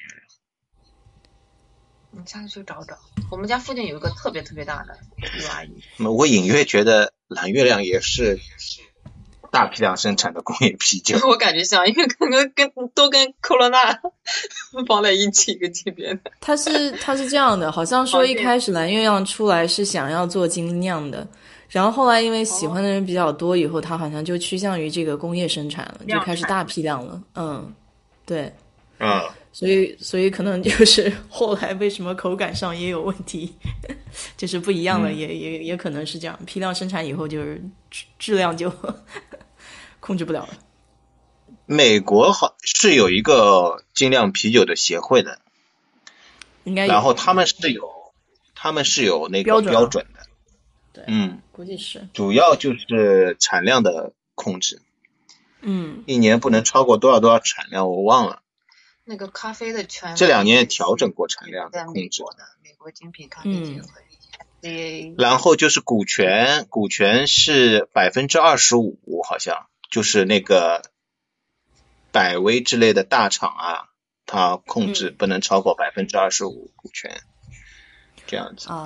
亮。你下次去找找，我们家附近有一个特别特别大的啤酒阿姨。 我隐约觉得蓝月亮也是大批量生产的工业啤酒。 我感觉像，因为可能都跟科罗娜放在一起一个级别的。 它是这样的，好像说一开始蓝月亮出来是想要做精酿的，然后后来因为喜欢的人比较多，以后它好像就趋向于这个工业生产了，就开始大批量了。对。所以可能就是后来为什么口感上也有问题，就是不一样了，也可能是这样，批量生产以后就是质量就控制不了了。 美国是有一个精酿啤酒的协会的， 应该有， 然后他们是有那个标准的。 对，估计是。 主要就是产量的控制。一年不能超过多少产量，我忘了。 那个咖啡的圈， 这2年调整过产量的控制。 美国精品咖啡协会。 然后就是股权是25%，好像就是那个百威之类的大厂啊，它控制不能超过25%股权，这样子。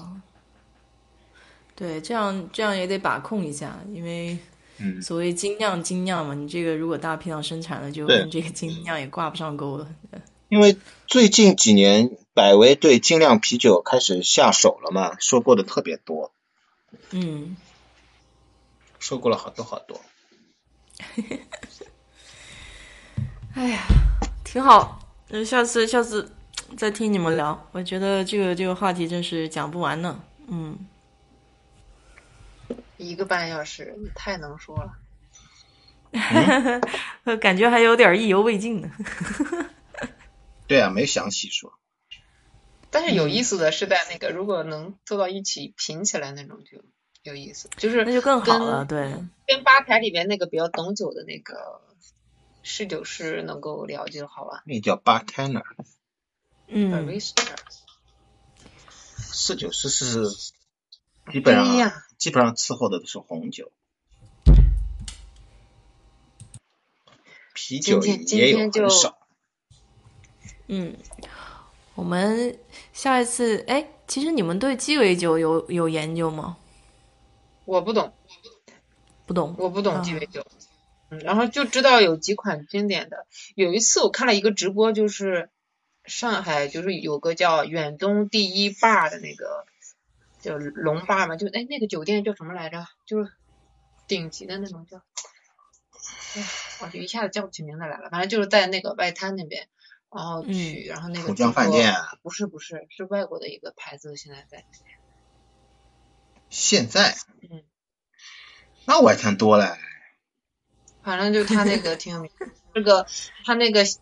对，这样也得把控一下，因为所谓精酿嘛，你这个如果大批量生产了，就跟这个精酿也挂不上钩了。 因为最近几年百威对精酿啤酒开始下手了嘛，收购的特别多。收购了好多。 哎呀，挺好。下次再听你们聊，我觉得这个话题真是讲不完呢。 1个半小时，你太能说了。 感觉还有点意犹未尽呢。 对啊，没详细说。 但是有意思的是在那个，如果能坐到一起品起来那种就有意思，就是那就更好了。对， 跟吧台里面那个比较懂酒的那个侍酒师能够聊就好玩。 那叫 bartender。侍酒师是基本上伺候的都是红酒。啤酒也有很少。 我们下一次，其实你们对鸡尾酒有研究吗？ 我不懂。我不懂鸡尾酒。然后就知道有几款经典的。有一次我看了一个直播，就是上海就是有个叫远东第一 bar 的那个叫龙 bar 嘛，就那个酒店叫什么来着？就是顶级的那种叫。我就一下子叫不起名字来了，反正就是在那个外滩那边，然后去，然后那个浦江饭店不是是外国的一个牌子，现在在那边。 现在？那外滩多了。 反正就他那个挺有名，这个他那个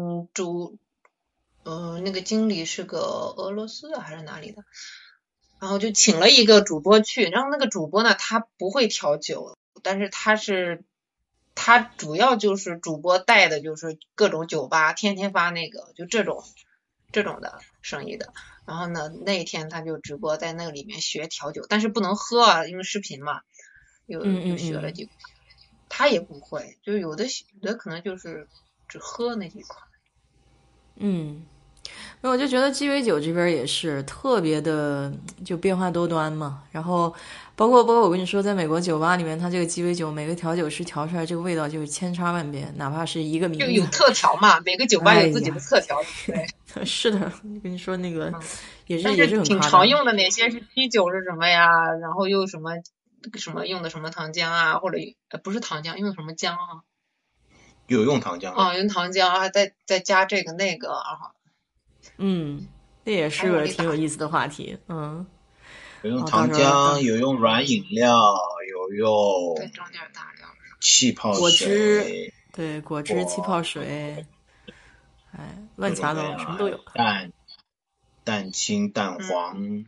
那个经理是个俄罗斯的还是哪里的，然后就请了一个主播去，然后那个主播呢他不会调酒，但是他主要就是主播带的就是各种酒吧，天天发那个就这种的生意的。然后呢，那一天他就直播在那个里面学调酒，但是不能喝啊，因为视频嘛，就学了几款。他也不会，就有的可能就是只喝那几款。 那我就觉得鸡尾酒这边也是特别的就变化多端嘛，然后包括我跟你说，在美国酒吧里面，它这个鸡尾酒每个调酒师调出来这个味道就是千差万别，哪怕是一个名字就有特调嘛，每个酒吧有自己的特调。 对，是的，跟你说那个也是很挺常用的，哪些是啤酒是什么呀？然后又什么用的什么糖浆啊，或者不是糖浆，用的什么浆啊？ 有用糖浆啊，用糖浆，还再加这个那个啊。 这也是个挺有意思的话题。 有用糖浆，有用软饮料，有用对，整点大料， 气泡水， 果汁，对，果汁、气泡水，乱七八糟什么都有。 蛋清、蛋黄。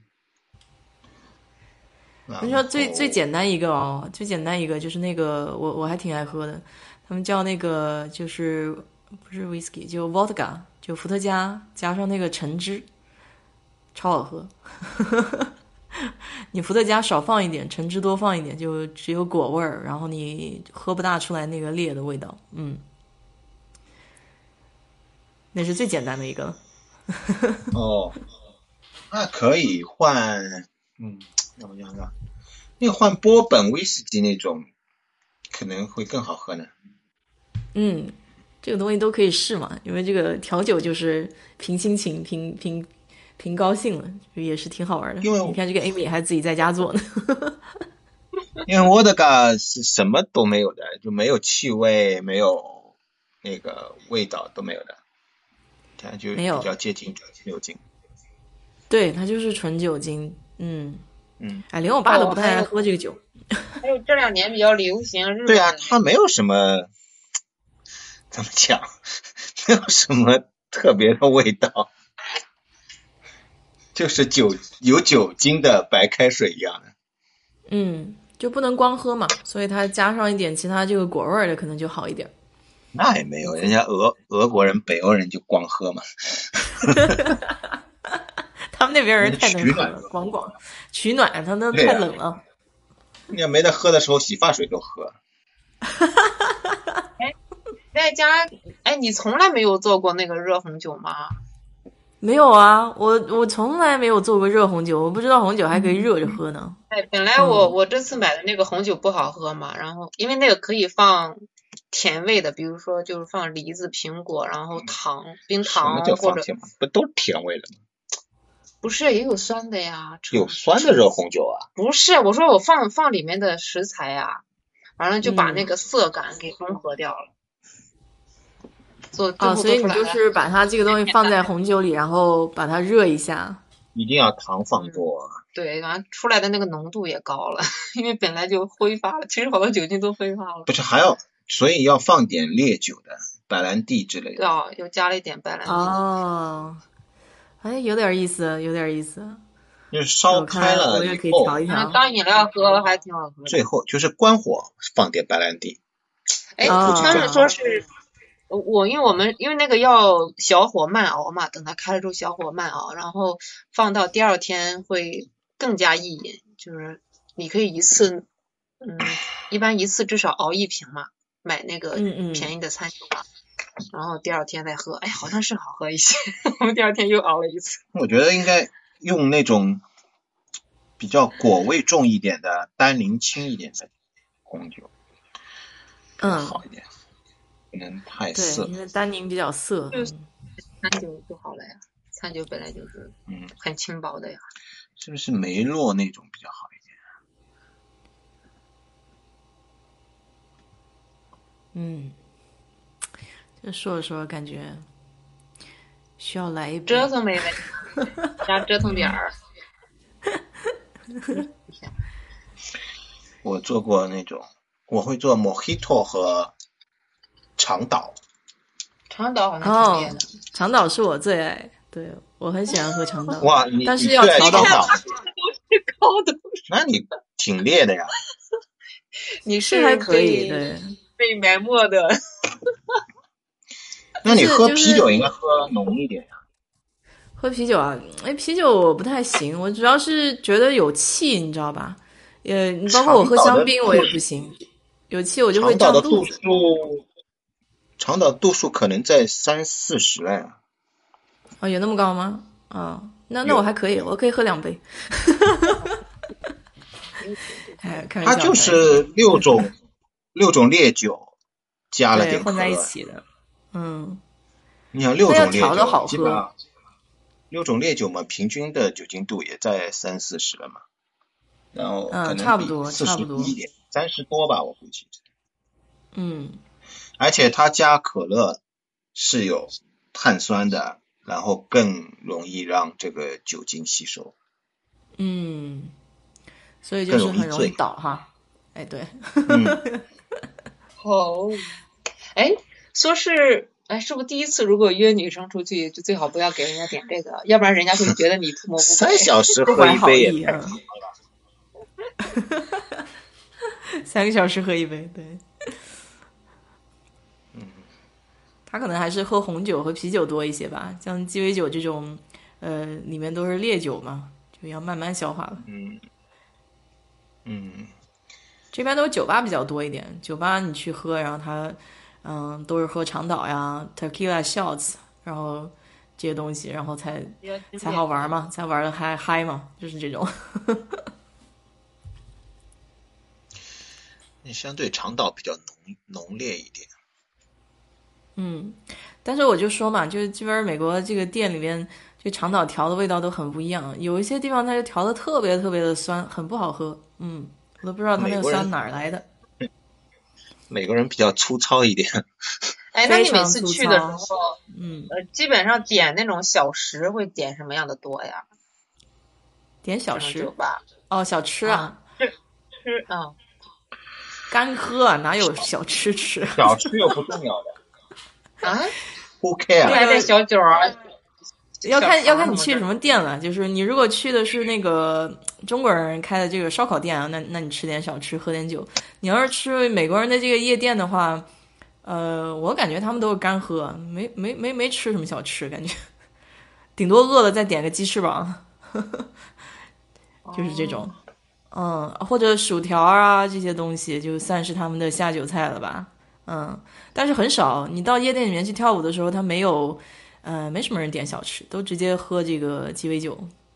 你说最简单一个最简单一个就是那个我还挺爱喝的，他们叫那个就是不是 whisky 就 vodka 就伏特加加上那个橙汁，超好喝。你伏特加少放一点，橙汁多放一点，就只有果味儿，然后你喝不大出来那个烈的味道。那是最简单的一个。 那可以换，让我想想，那个换波本威士忌那种可能会更好喝呢。 这个东西都可以试嘛，因为这个调酒就是凭心情、凭高兴了，也是挺好玩的。 因为你看这个 Amy 还自己在家做呢。 因为沃德嘎是什么都没有的，就没有气味，没有那个味道都没有的，它就比较接近酒精。 对，它就是纯酒精。连我爸都不太爱喝这个酒。 还有这2年比较流行日本。 对啊，它没有什么怎么讲，没有什么特别的味道，就是有酒精的白开水一样的。 就不能光喝嘛，所以它加上一点其他这个果味的可能就好一点。 那也没有，人家俄国人、北欧人就光喝嘛。 他们那边人太能喝了，光取暖，他那太冷了。 你要没得喝的时候，洗发水都喝。 在家，你从来没有做过那个热红酒吗？ 没有啊，我从来没有做过热红酒，我不知道红酒还可以热着喝呢。 本来我这次买的那个红酒不好喝嘛，然后因为那个可以放甜味的，比如说就是放梨子、苹果，然后糖、冰糖或者不都是甜味的吗？ 不是，也有酸的呀。 有酸的热红酒啊？ 不是，我说我放里面的食材呀，完了就把那个涩感给中和掉了。所以你就是把它这个东西放在红酒里，然后把它热一下。 一定要糖放多。 对，完出来的那个浓度也高了，因为本来就挥发了，其实好多酒精都挥发了。 不是所以要放点烈酒的，白兰地之类的。 又加了一点白兰地。有点意思，有点意思。 就是烧开了以后， 当饮料喝还挺好喝的。 最后就是关火，放点白兰地。 他们说是。因为那个要小火慢熬嘛，等它开了之后小火慢熬，然后放到第2天会更加易饮，就是你可以一般一次至少熬1瓶嘛，买那个便宜的餐酒嘛，然后第2天再喝，好像是好喝一些。我们第2天又熬了一次。 我觉得应该用那种比较果味重一点的、单宁轻一点的红酒，好一点。不能太涩， 对，因为单宁比较涩。 餐酒就好了呀，餐酒本来就是很轻薄的呀。 是不是梅洛那种比较好一点？这说着说着感觉需要来一杯。 折腾没问题，加折腾点儿。 我做过那种，我会做 Mojito 和长岛好像挺烈的。 长岛是我最爱，对，我很喜欢喝长岛。 哇， 但是要调到好。 那你挺烈的呀。 你是还可以，对， 被埋没的。 那你喝啤酒应该喝浓一点呀。 喝啤酒啊，啤酒我不太行，我主要是觉得有气，你知道吧？你包括我喝香槟我也不行，有气我就会胀肚子。 长岛度数可能在30-40嘞。 哦，有那么高吗？那我还可以，我可以喝2杯。哎，开玩笑。 它就是6种烈酒加了点可乐， 混在一起的。 你想6种烈酒， 基本上6种烈酒嘛，平均的酒精度也在30-40了嘛，然后可能比40低一点，30多吧，我估计。而且它加可乐是有碳酸的，然后更容易让这个酒精吸收。 所以就是很容易倒哈。哎，对。 说是是不是第一次如果约女生出去，就最好不要给人家点这个，要不然人家会觉得你图谋不轨。 3小时喝一杯也太了。3个小时喝一杯，对。他可能还是喝红酒和啤酒多一些吧，像鸡尾酒这种，里面都是烈酒嘛，就要慢慢消化了。这边都是酒吧比较多一点，酒吧你去喝，然后他，都是喝长岛呀、tequila shots， 然后这些东西，然后才好玩嘛，才玩的嗨嘛，就是这种。 那相对长岛比较浓烈一点。 但是我就说嘛，就是这边美国这个店里面，这长岛调的味道都很不一样，有一些地方它就调的特别特别的酸，很不好喝。我都不知道它那个酸哪儿来的。 美国人比较粗糙一点。 那你每次去的时候，基本上点那种小食会点什么样的多呀？ 点小食吧？ 小吃啊？ 吃啊？ 干喝啊？哪有小吃？ 小吃又不重要的。 啊 ？Who care？ 来点小酒啊？ 要看你去什么店了，就是你如果去的是那个中国人开的这个烧烤店啊，那你吃点小吃，喝点酒。你要是吃美国人的这个夜店的话，我感觉他们都是干喝，没吃什么小吃，感觉顶多饿了再点个鸡翅膀，就是这种。或者薯条啊这些东西就算是他们的下酒菜了吧。但是很少，你到夜店里面去跳舞的时候，他没什么人点小吃，都直接喝这个鸡尾酒。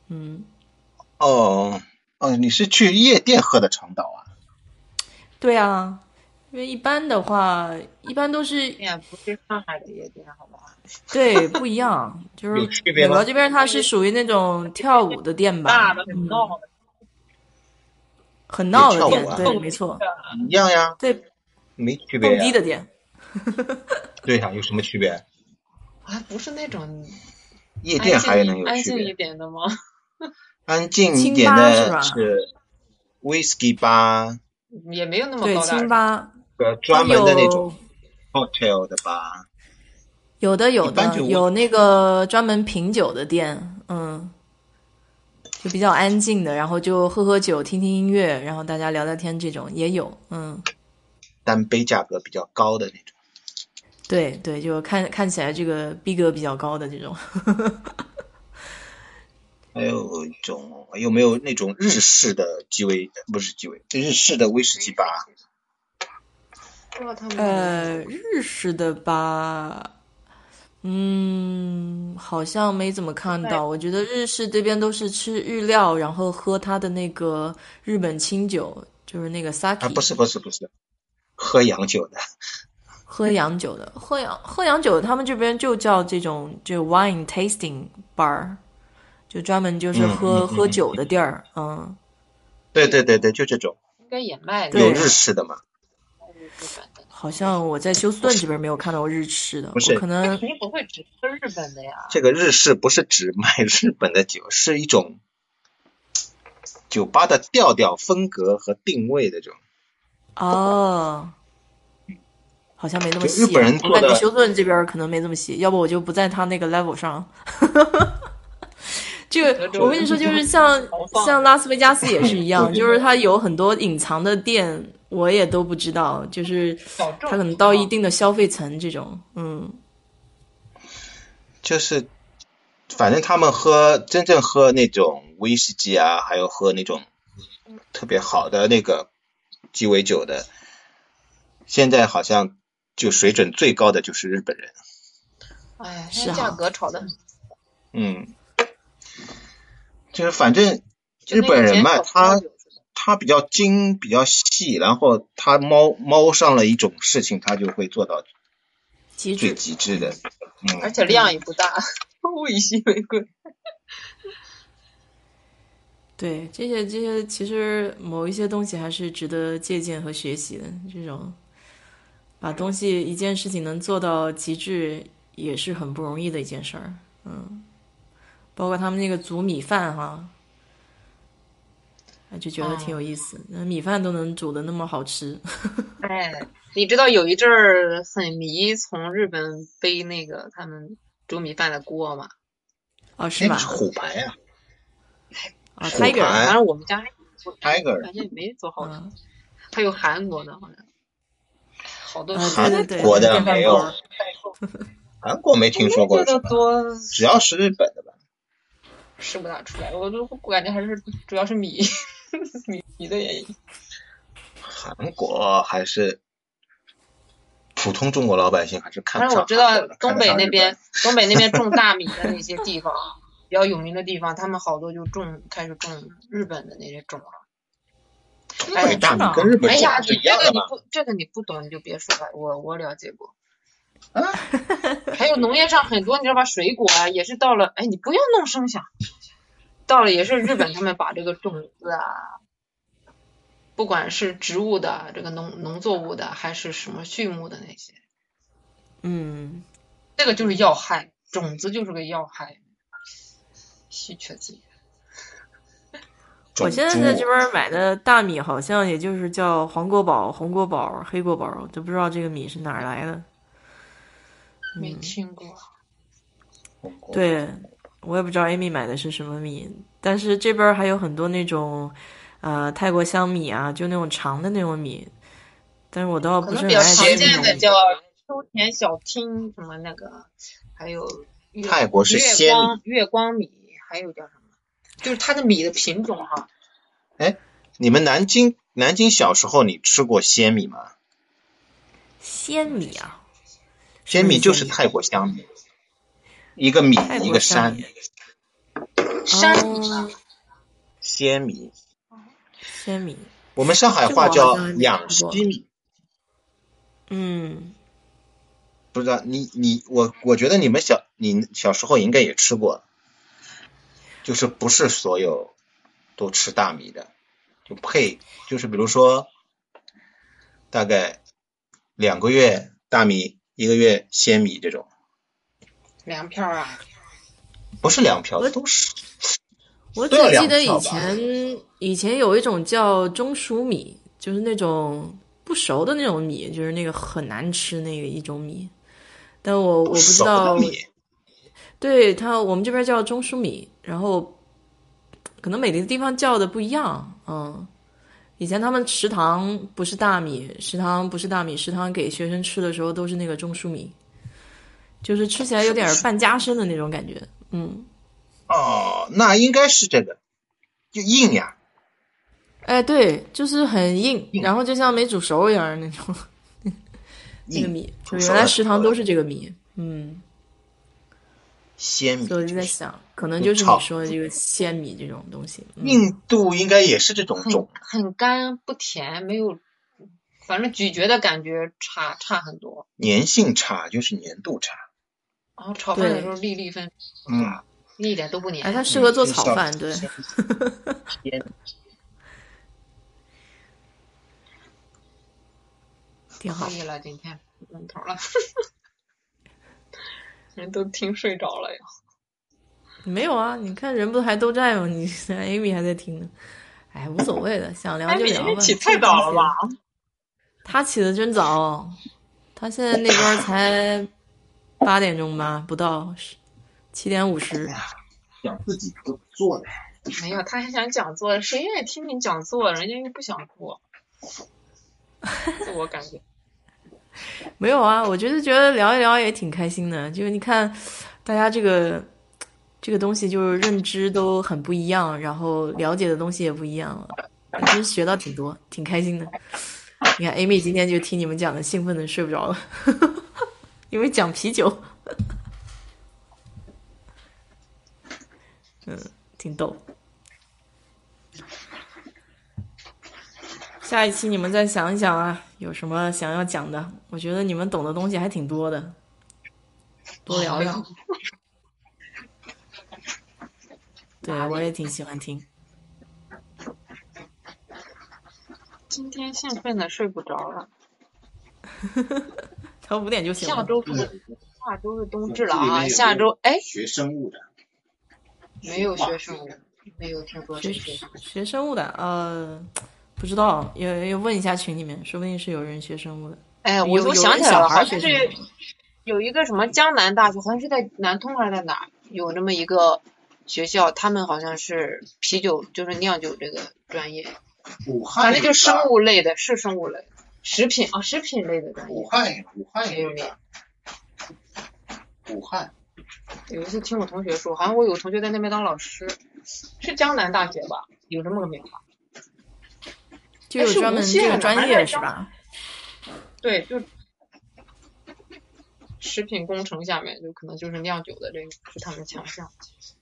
你是去夜店喝的长岛啊？ 对啊，因为一般的话，一般都是不是上海的夜店，好不好？ 对，不一样，就是美国这边它是属于那种跳舞的店吧， 大的很闹的店，对，没错， 一样呀， 对， 没区别。 蹦迪的店， 对呀，有什么区别？ 不是那种夜店还能有区别？ 安静一点的吗？ 安静一点的是 whisky 吧， 也没有那么对， 高清吧， 专门的那种 hotel 的吧。 有的，有那个专门品酒的店，就比较安静的，然后就喝酒、听音乐，然后大家聊聊天，这种也有， 单杯价格比较高的那种。 对，就看起来这个逼格比较高的这种。 还有一种，有没有那种日式的日式的威士忌吧？ 日式的吧。好像没怎么看到。我觉得日式这边都是吃日料，然后喝它的那个日本清酒，就是那个 sake。 不是，喝洋酒的。 喝洋酒的，喝洋酒的，他们这边就叫这种就 wine tasting bar， 就专门就是喝酒的地儿。 对，就这种。 应该也卖有日式的嘛？ 好像我在休斯顿这边没有看到日式的， 不是， 我可能肯定不会只喝日本的呀。 这个日式不是指卖日本的酒，是一种酒吧的调调、风格和定位的这种。 好像没那么细。 日本人做的， 我感觉休斯顿这边可能没这么细，要不我就不在他那个 level 上。这个我跟你说，就是像拉斯维加斯也是一样，就是它有很多隐藏的店，我也都不知道，就是它可能到一定的消费层这种， 就是反正他们真正喝那种威士忌啊，还有喝那种特别好的那个鸡尾酒的，现在好像就水准最高的就是日本人。 价格炒的。 就是反正日本人嘛，他比较精比较细，然后他猫上了一种事情，他就会做到最极致的， 而且量也不大，物以稀为贵。 对，这些其实某一些东西还是值得借鉴和学习的。这种把东西一件事情能做到极致，也是很不容易的一件事儿。包括他们那个煮米饭哈，就觉得挺有意思。那米饭都能煮的那么好吃。 你知道有一阵儿很迷从日本背那个他们煮米饭的锅吗？ 是吧？ 是虎牌啊。 Tiger， 反正我们家 Tiger 反正也没做好吃。还有韩国的，好像好多韩国的没有，韩国没听说过。只要是日本的吧， 吃不大出来。我感觉还是主要是米的原因。 韩国还是普通中国老百姓还是看不上。 但是我知道东北那边种大米的那些地方。比较有名的地方，他们好多就开始种日本的那些种了。 东北大米跟日本种是一样的吗？ 这个你不懂你就别说了，我了解过。还有农业上很多你知道吧，水果啊也是到了，你不要弄声响，到了也是日本他们把这个种子啊，不管是植物的这个农作物的还是什么畜牧的那些，这个就是要害，种子就是个要害。稀缺资源。 我现在在这边买的大米好像也就是叫黄国宝、红国宝、黑国宝，都不知道这个米是哪儿来的。 没听过。 对，我也不知道 Amy 买的是什么米，但是这边还有很多那种泰国香米啊，就那种长的那种米，但是我倒不是很爱吃。 可能比较常见的叫秋田小町什么那个，还有泰国是鲜米、 月光米。还有叫什么？就是它的米的品种哈。 你们南京小时候你吃过鲜米吗？ 鲜米啊？ 鲜米就是泰国香米，一个米一个山。 山米啊？ 鲜米。 鲜米。 我们上海话叫养西米。不知道我觉得你小时候应该也吃过。就是不是所有都吃大米的，就是比如说大概2个月大米1个月鲜米这种。 粮票啊？ 不是粮票，都是。 我只记得以前有一种叫中薯米，就是那种不熟的那种米，就是那个很难吃那个一种米，但我不知道。对，我们这边叫中薯米，然后可能每个地方叫的不一样。以前他们食堂不是大米，食堂给学生吃的时候都是那个中薯米，就是吃起来有点半夹生的那种感觉。 那应该是这个，就硬呀。 对，就是很硬，然后就像没煮熟一样那种。那个米，就原来食堂都是这个米。 鲜米， 所以我就在想，可能就是你说的这个鲜米这种东西。 印度应该也是这种种， 很干不甜，没有，反正咀嚼的感觉差很多， 粘性差，就是粘度差。 然后炒饭的时候粒粒分，一点都不粘。 它适合做炒饭，对。挺好。 可以了，今天闷头了。人都听睡着了呀。 没有啊，你看人不还都在吗？你Amy 还在听呢。无所谓的，想聊就聊吧。 起太早了吧？ 他起得真早，他现在那边才8点钟吧，不到7点50。 想自己做的。 没有，他还想讲座，谁愿意听你讲座？人家又不想做。自我感觉。 没有啊，我觉得聊一聊也挺开心的。就是你看，大家这个东西就是认知都很不一样，然后了解的东西也不一样，其实学到挺多，挺开心的。你看 Amy 今天就听你们讲的兴奋的睡不着了，因为讲啤酒。 挺逗。下一期你们再想一想啊，有什么想要讲的？我觉得你们懂的东西还挺多的，多聊聊。对，我也挺喜欢听。 今天兴奋的睡不着了。 他5点就醒了。 下周是冬至了啊！下周学生物的没有学生物，没有听说是学生物的不知道，要问一下群里面，说不定是有人学生物的。 我都想起来了，好像是有一个什么江南大学，好像是在南通还是在哪有这么一个学校，他们好像是啤酒，就是酿酒这个专业。 武汉反正就生物类的，是生物类，食品类的专业。 武汉有名。 武汉有一次听我同学说，好像我有同学在那边当老师，是江南大学吧？有这么个名号。 就有专门这个专业是吧？ 对，就食品工程下面就可能就是酿酒的这个是他们强项。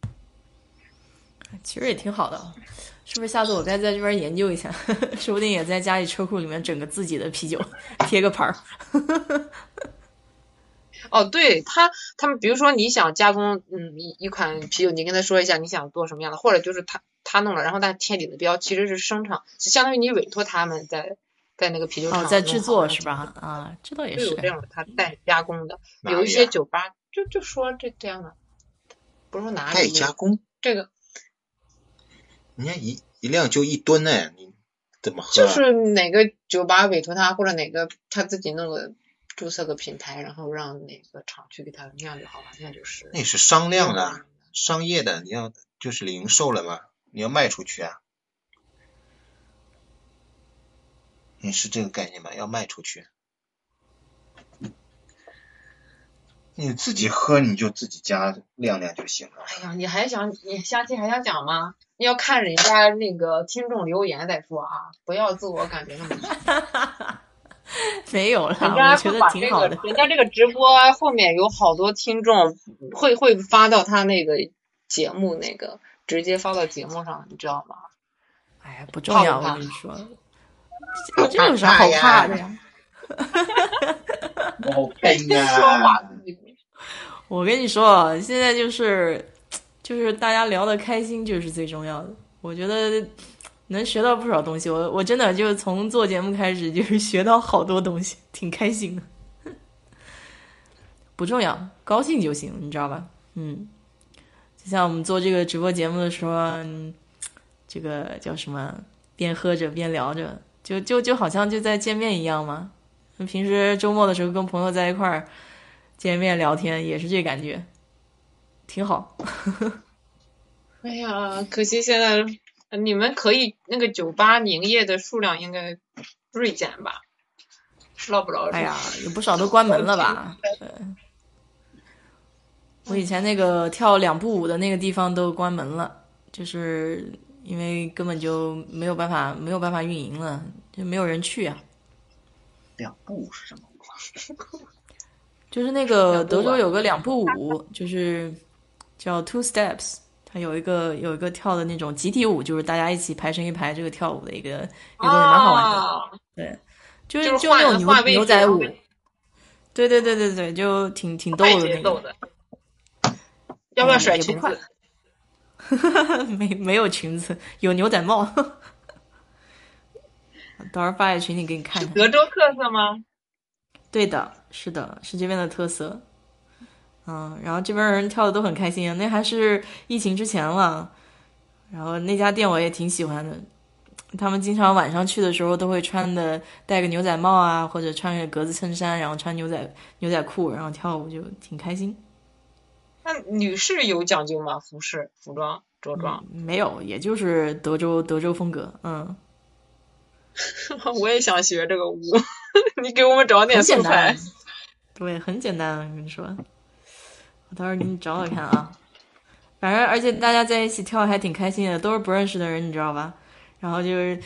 其实也挺好的，是不是下次我该在这边研究一下？说不定也在家里车库里面整个自己的啤酒，贴个牌儿。 哦，对他们，比如说你想加工一款啤酒，你跟他说一下你想做什么样的，或者就是他弄了，然后他贴你的标，其实是生产，相当于你委托他们在那个啤酒厂在制作是吧？啊，这倒也是。 有这样的，他代加工的，有一些酒吧就说这样的，不是说哪里代加工这个， 人家一辆就1吨呢，你怎么喝？ 就是哪个酒吧委托他，或者哪个他自己弄个注册个品牌，然后让哪个厂去给他酿就好了，那就是。 那是商量的，商业的，你要就是零售了嘛，你要卖出去啊。你是这个概念吧？要卖出去。你自己喝你就自己加量就行了。 哎呀，你下期还想讲吗？你要看人家那个听众留言再说啊，不要自我感觉那么强。 没有了， 我觉得挺好的。 人家这个直播后面有好多听众会发到他那个节目那个直接发到节目上，你知道吗？ 哎呀，不重要，我跟你说，这有啥好怕的呀？ 我喷呀！ 我跟你说，现在就是大家聊得开心就是最重要的。我觉得能学到不少东西，我真的就从做节目开始就是学到好多东西，挺开心的。不重要，高兴就行，你知道吧？就像我们做这个直播节目的时候，这个叫什么？边喝着边聊着，就好像就在见面一样嘛。平时周末的时候跟朋友在一块儿见面聊天，也是这感觉，挺好。 哎呀，可惜现在你们可以那个酒吧营业的数量应该锐减吧？捞不着。 哎呀，有不少都关门了吧？对，我以前那个跳2步舞的那个地方都关门了，就是因为根本就没有办法运营了，就没有人去啊。 2步舞是什么舞？ 就是那个德州有个2步舞，就是叫 Two Steps， 它有一个跳的那种集体舞，就是大家一起排成一排这个跳舞的一个东西，蛮好玩的。对，就那种牛仔舞。对，就挺逗的那个。 要不要甩裙子？ 没有裙子，有牛仔帽。到时候发在群里给你看看。 是德州特色吗？ 对的，是的，是这边的特色。然后这边人跳的都很开心，那还是疫情之前了。然后那家店我也挺喜欢的，他们经常晚上去的时候都会戴个牛仔帽啊，或者穿个格子衬衫，然后穿牛仔裤，然后跳舞就挺开心。 那女士有讲究吗？服装着装？ 没有，也就是德州风格。 我也想学这个舞，你给我们找点素材。 对，很简单，我跟你说，我到时候给你找看啊。反正而且大家在一起跳还挺开心的，都是不认识的人，你知道吧？然后就是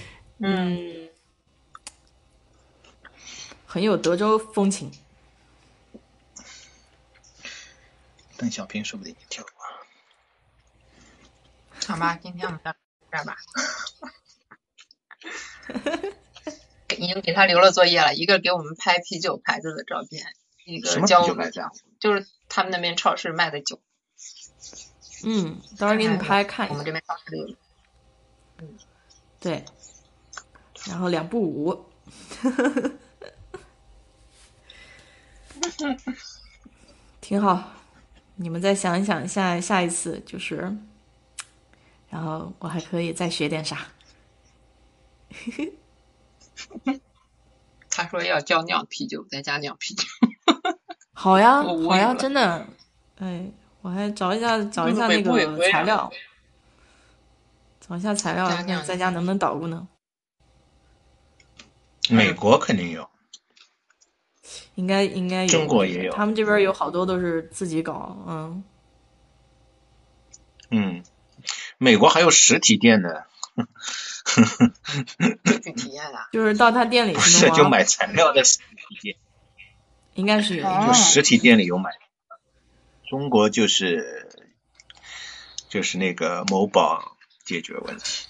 很有德州风情。 邓小平说不定也跳过。 好吧，今天我们到这儿吧。已经给他留了作业了，一个给我们拍啤酒牌子的照片，一个教我们就是他们那边超市卖的酒。 到时候给你拍看一下。 我们这边超市里有。 对，然后2部舞。挺好，你们再想一想下一次就是，然后我还可以再学点啥。 他说要教酿啤酒，在家酿啤酒。 好呀，好呀，真的。哎，我还找一下那个材料，看在家能不能捣鼓呢？ 美国肯定有， 应该有， 中国也有， 他们这边有好多都是自己搞， 美国还有实体店的。 去体验的， 就是到他店里不是就买材料的实体店， 应该是有， 就实体店里有买。中国就是那个某宝解决问题。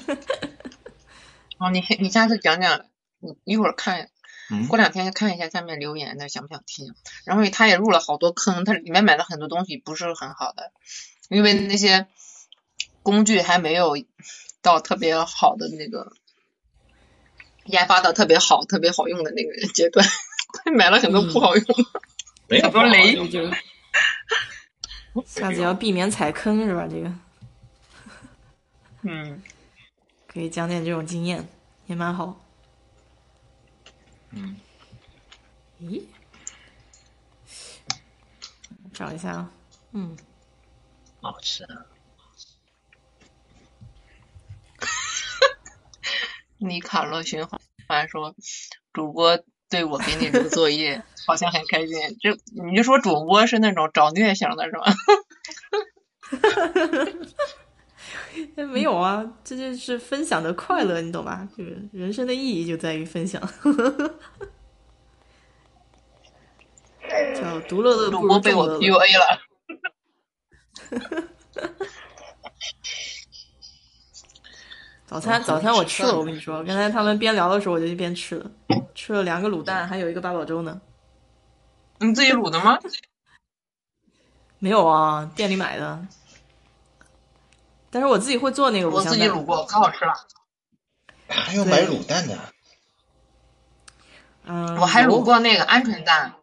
你下次讲讲，你一会儿看，过2天看一下下面留言的想不想听。然后他也入了好多坑，他里面买的很多东西不是很好的，因为那些工具还没有到特别好的那个研发的特别好用的那个阶段，买了很多不好用的，很多雷。 下次要避免踩坑是吧？这个，可以讲点这种经验，也蛮好。咦，找一下啊， 好吃啊！ 尼卡洛循环说，主播对我给你留作业好像很开心，你就说主播是那种找虐型的是吧？ 没有啊，这就是分享的快乐，你懂吧？就是人生的意义就在于分享。叫独乐乐不如众乐乐。 主播被我 PUA 了。 早餐我吃了，我跟你说，刚才他们边聊的时候我就一边吃了，吃了2个卤蛋，还有1个八宝粥呢。 你自己卤的吗？ 没有啊，店里买的。但是我自己会做那个我自己卤过，可好吃了。 还有买卤蛋的。 我还卤过那个鹌鹑蛋。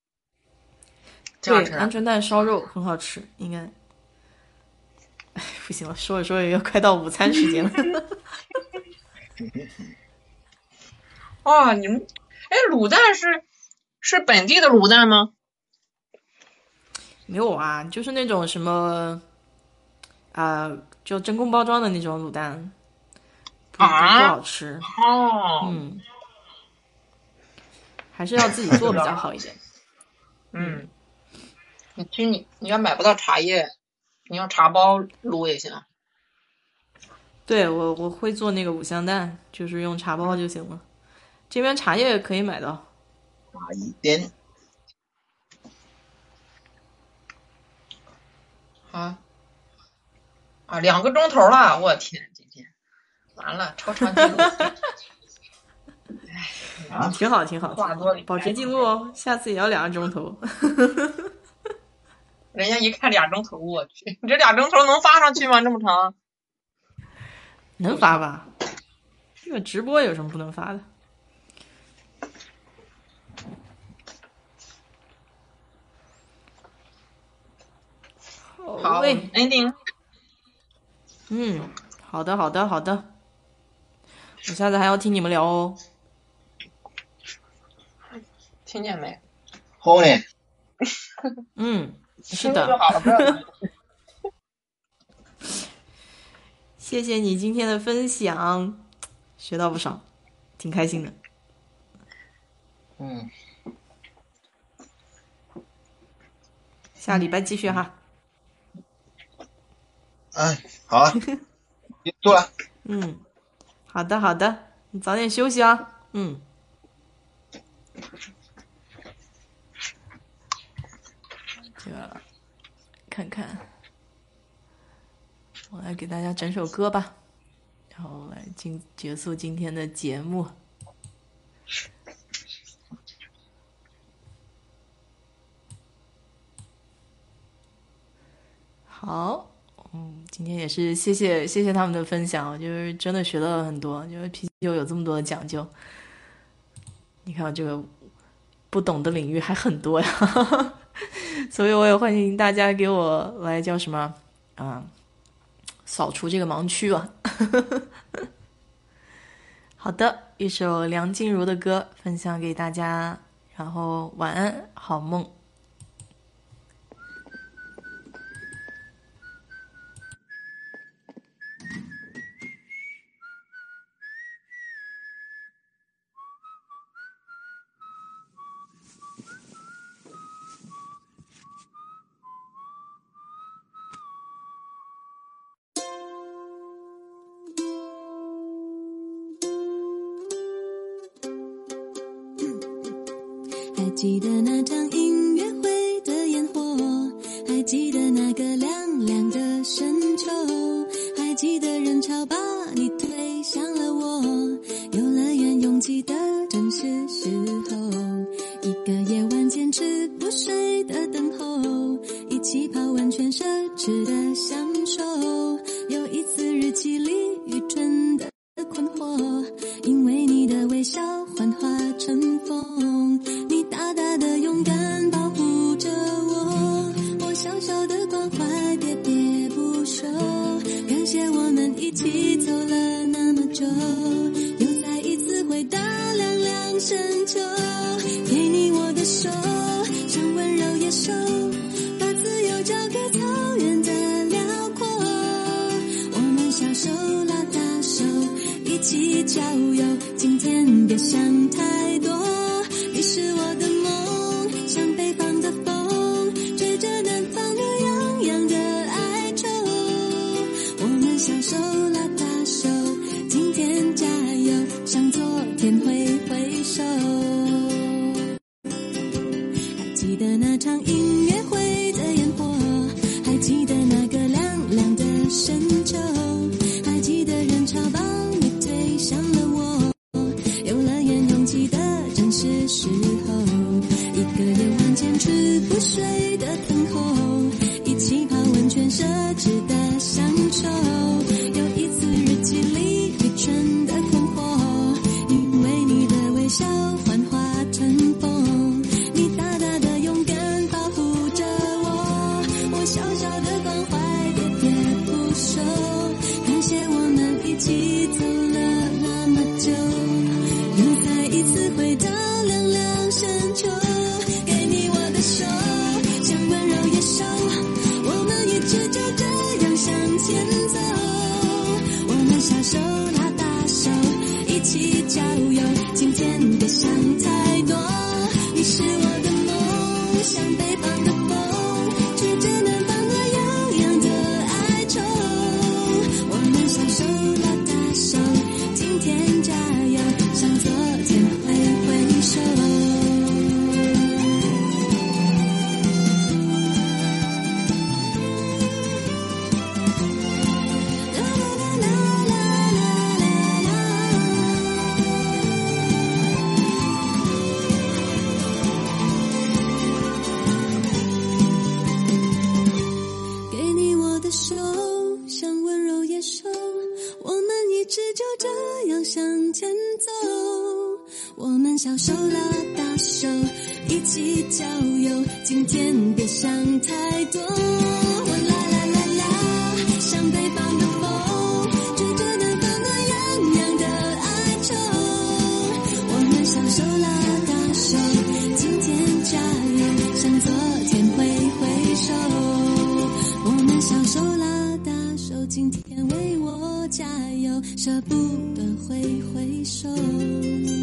对，鹌鹑蛋烧肉很好吃，应该。哎，不行了，说着说着又快到午餐时间了。 哇，你们，卤蛋是本地的卤蛋吗？ 没有啊，就是那种什么就真空包装的那种卤蛋，不好吃。还是要自己做比较好一点。 你要买不到茶叶，你用茶包卤也行。 对，我会做那个五香蛋，就是用茶包就行了。这边茶叶可以买到。 哪一边？ 2个钟头了，我天，今天完了，超长记录。 挺好，保持记录哦，下次也要2个钟头。 人家一看2钟头，我去，你这2钟头能发上去吗？这么长？ 能发吧？这个直播有什么不能发的？ 好，ending。 好的。我下次还要听你们聊哦。 听见没？ 好嘞。 是的。 就好了，不要谢谢你今天的分享，学到不少，挺开心的。下礼拜继续哈。 好啊，做了。 好的，你早点休息啊。这个看看。 我来给大家整首歌吧，然后来结束今天的节目。好，今天也是谢谢他们的分享，就是真的学到了很多，就是啤酒有这么多的讲究。你看这个不懂的领域还很多呀，所以我也欢迎大家给我来叫什么啊，扫除这个盲区吧。好的，一首梁静茹的歌分享给大家，然后晚安，好梦。 还记得那场音乐会的烟火，还记得那个凉凉的深秋，还记得人潮把你推向了我，游乐园拥挤的正是时候，一个夜晚坚持不睡的等候，一起泡温泉奢侈的享受，有一次日记里愚蠢的困惑，因为你的微笑幻化成风，你大大的勇敢保护着我，我小小的关怀喋喋不休，感谢我们一起走了那么久，又再一次回到凉凉深秋，给你我的手，像温柔野兽，把自由交给草原的辽阔，我们小手拉大手，一起郊游，今天别想太多，你是我的梦，像北方的风，吹着南方的洋洋的哀愁，我们小手拉大手，今天加油，向昨天挥挥手。还记得那场音乐会的烟火，还记得那个凉凉的深秋，还记得人潮把你推向了我，游乐园拥挤的正是时候，一个夜晚坚持不睡的等候，一起泡温泉奢侈的享受，有一次日记里愚蠢的困惑，因为你的微笑幻化成风，你大大的勇敢保护着我，我小小的关怀喋喋不休，感谢我们一起走了那么久，又再一次回到凉凉深秋，给你我的手，像温柔野兽，我们一直就这样向前走，我们小手拉大手，一起郊游，今天别想太多，你是我的梦，像北方的风，吹着南方的洋洋的哀愁，我们小手拉大手，今天加油，向昨天挥挥手。给你我的手，像温柔野兽，我们一直就这样向前走，我们小手拉大手，一起郊游，今天别想太多，啦啦啦啦，像北方的风，吹着南方的洋洋的哀愁，我们小手拉大手，今天加油，向昨天挥挥手，我们小手拉大手，今天为我加油，舍不得挥挥手。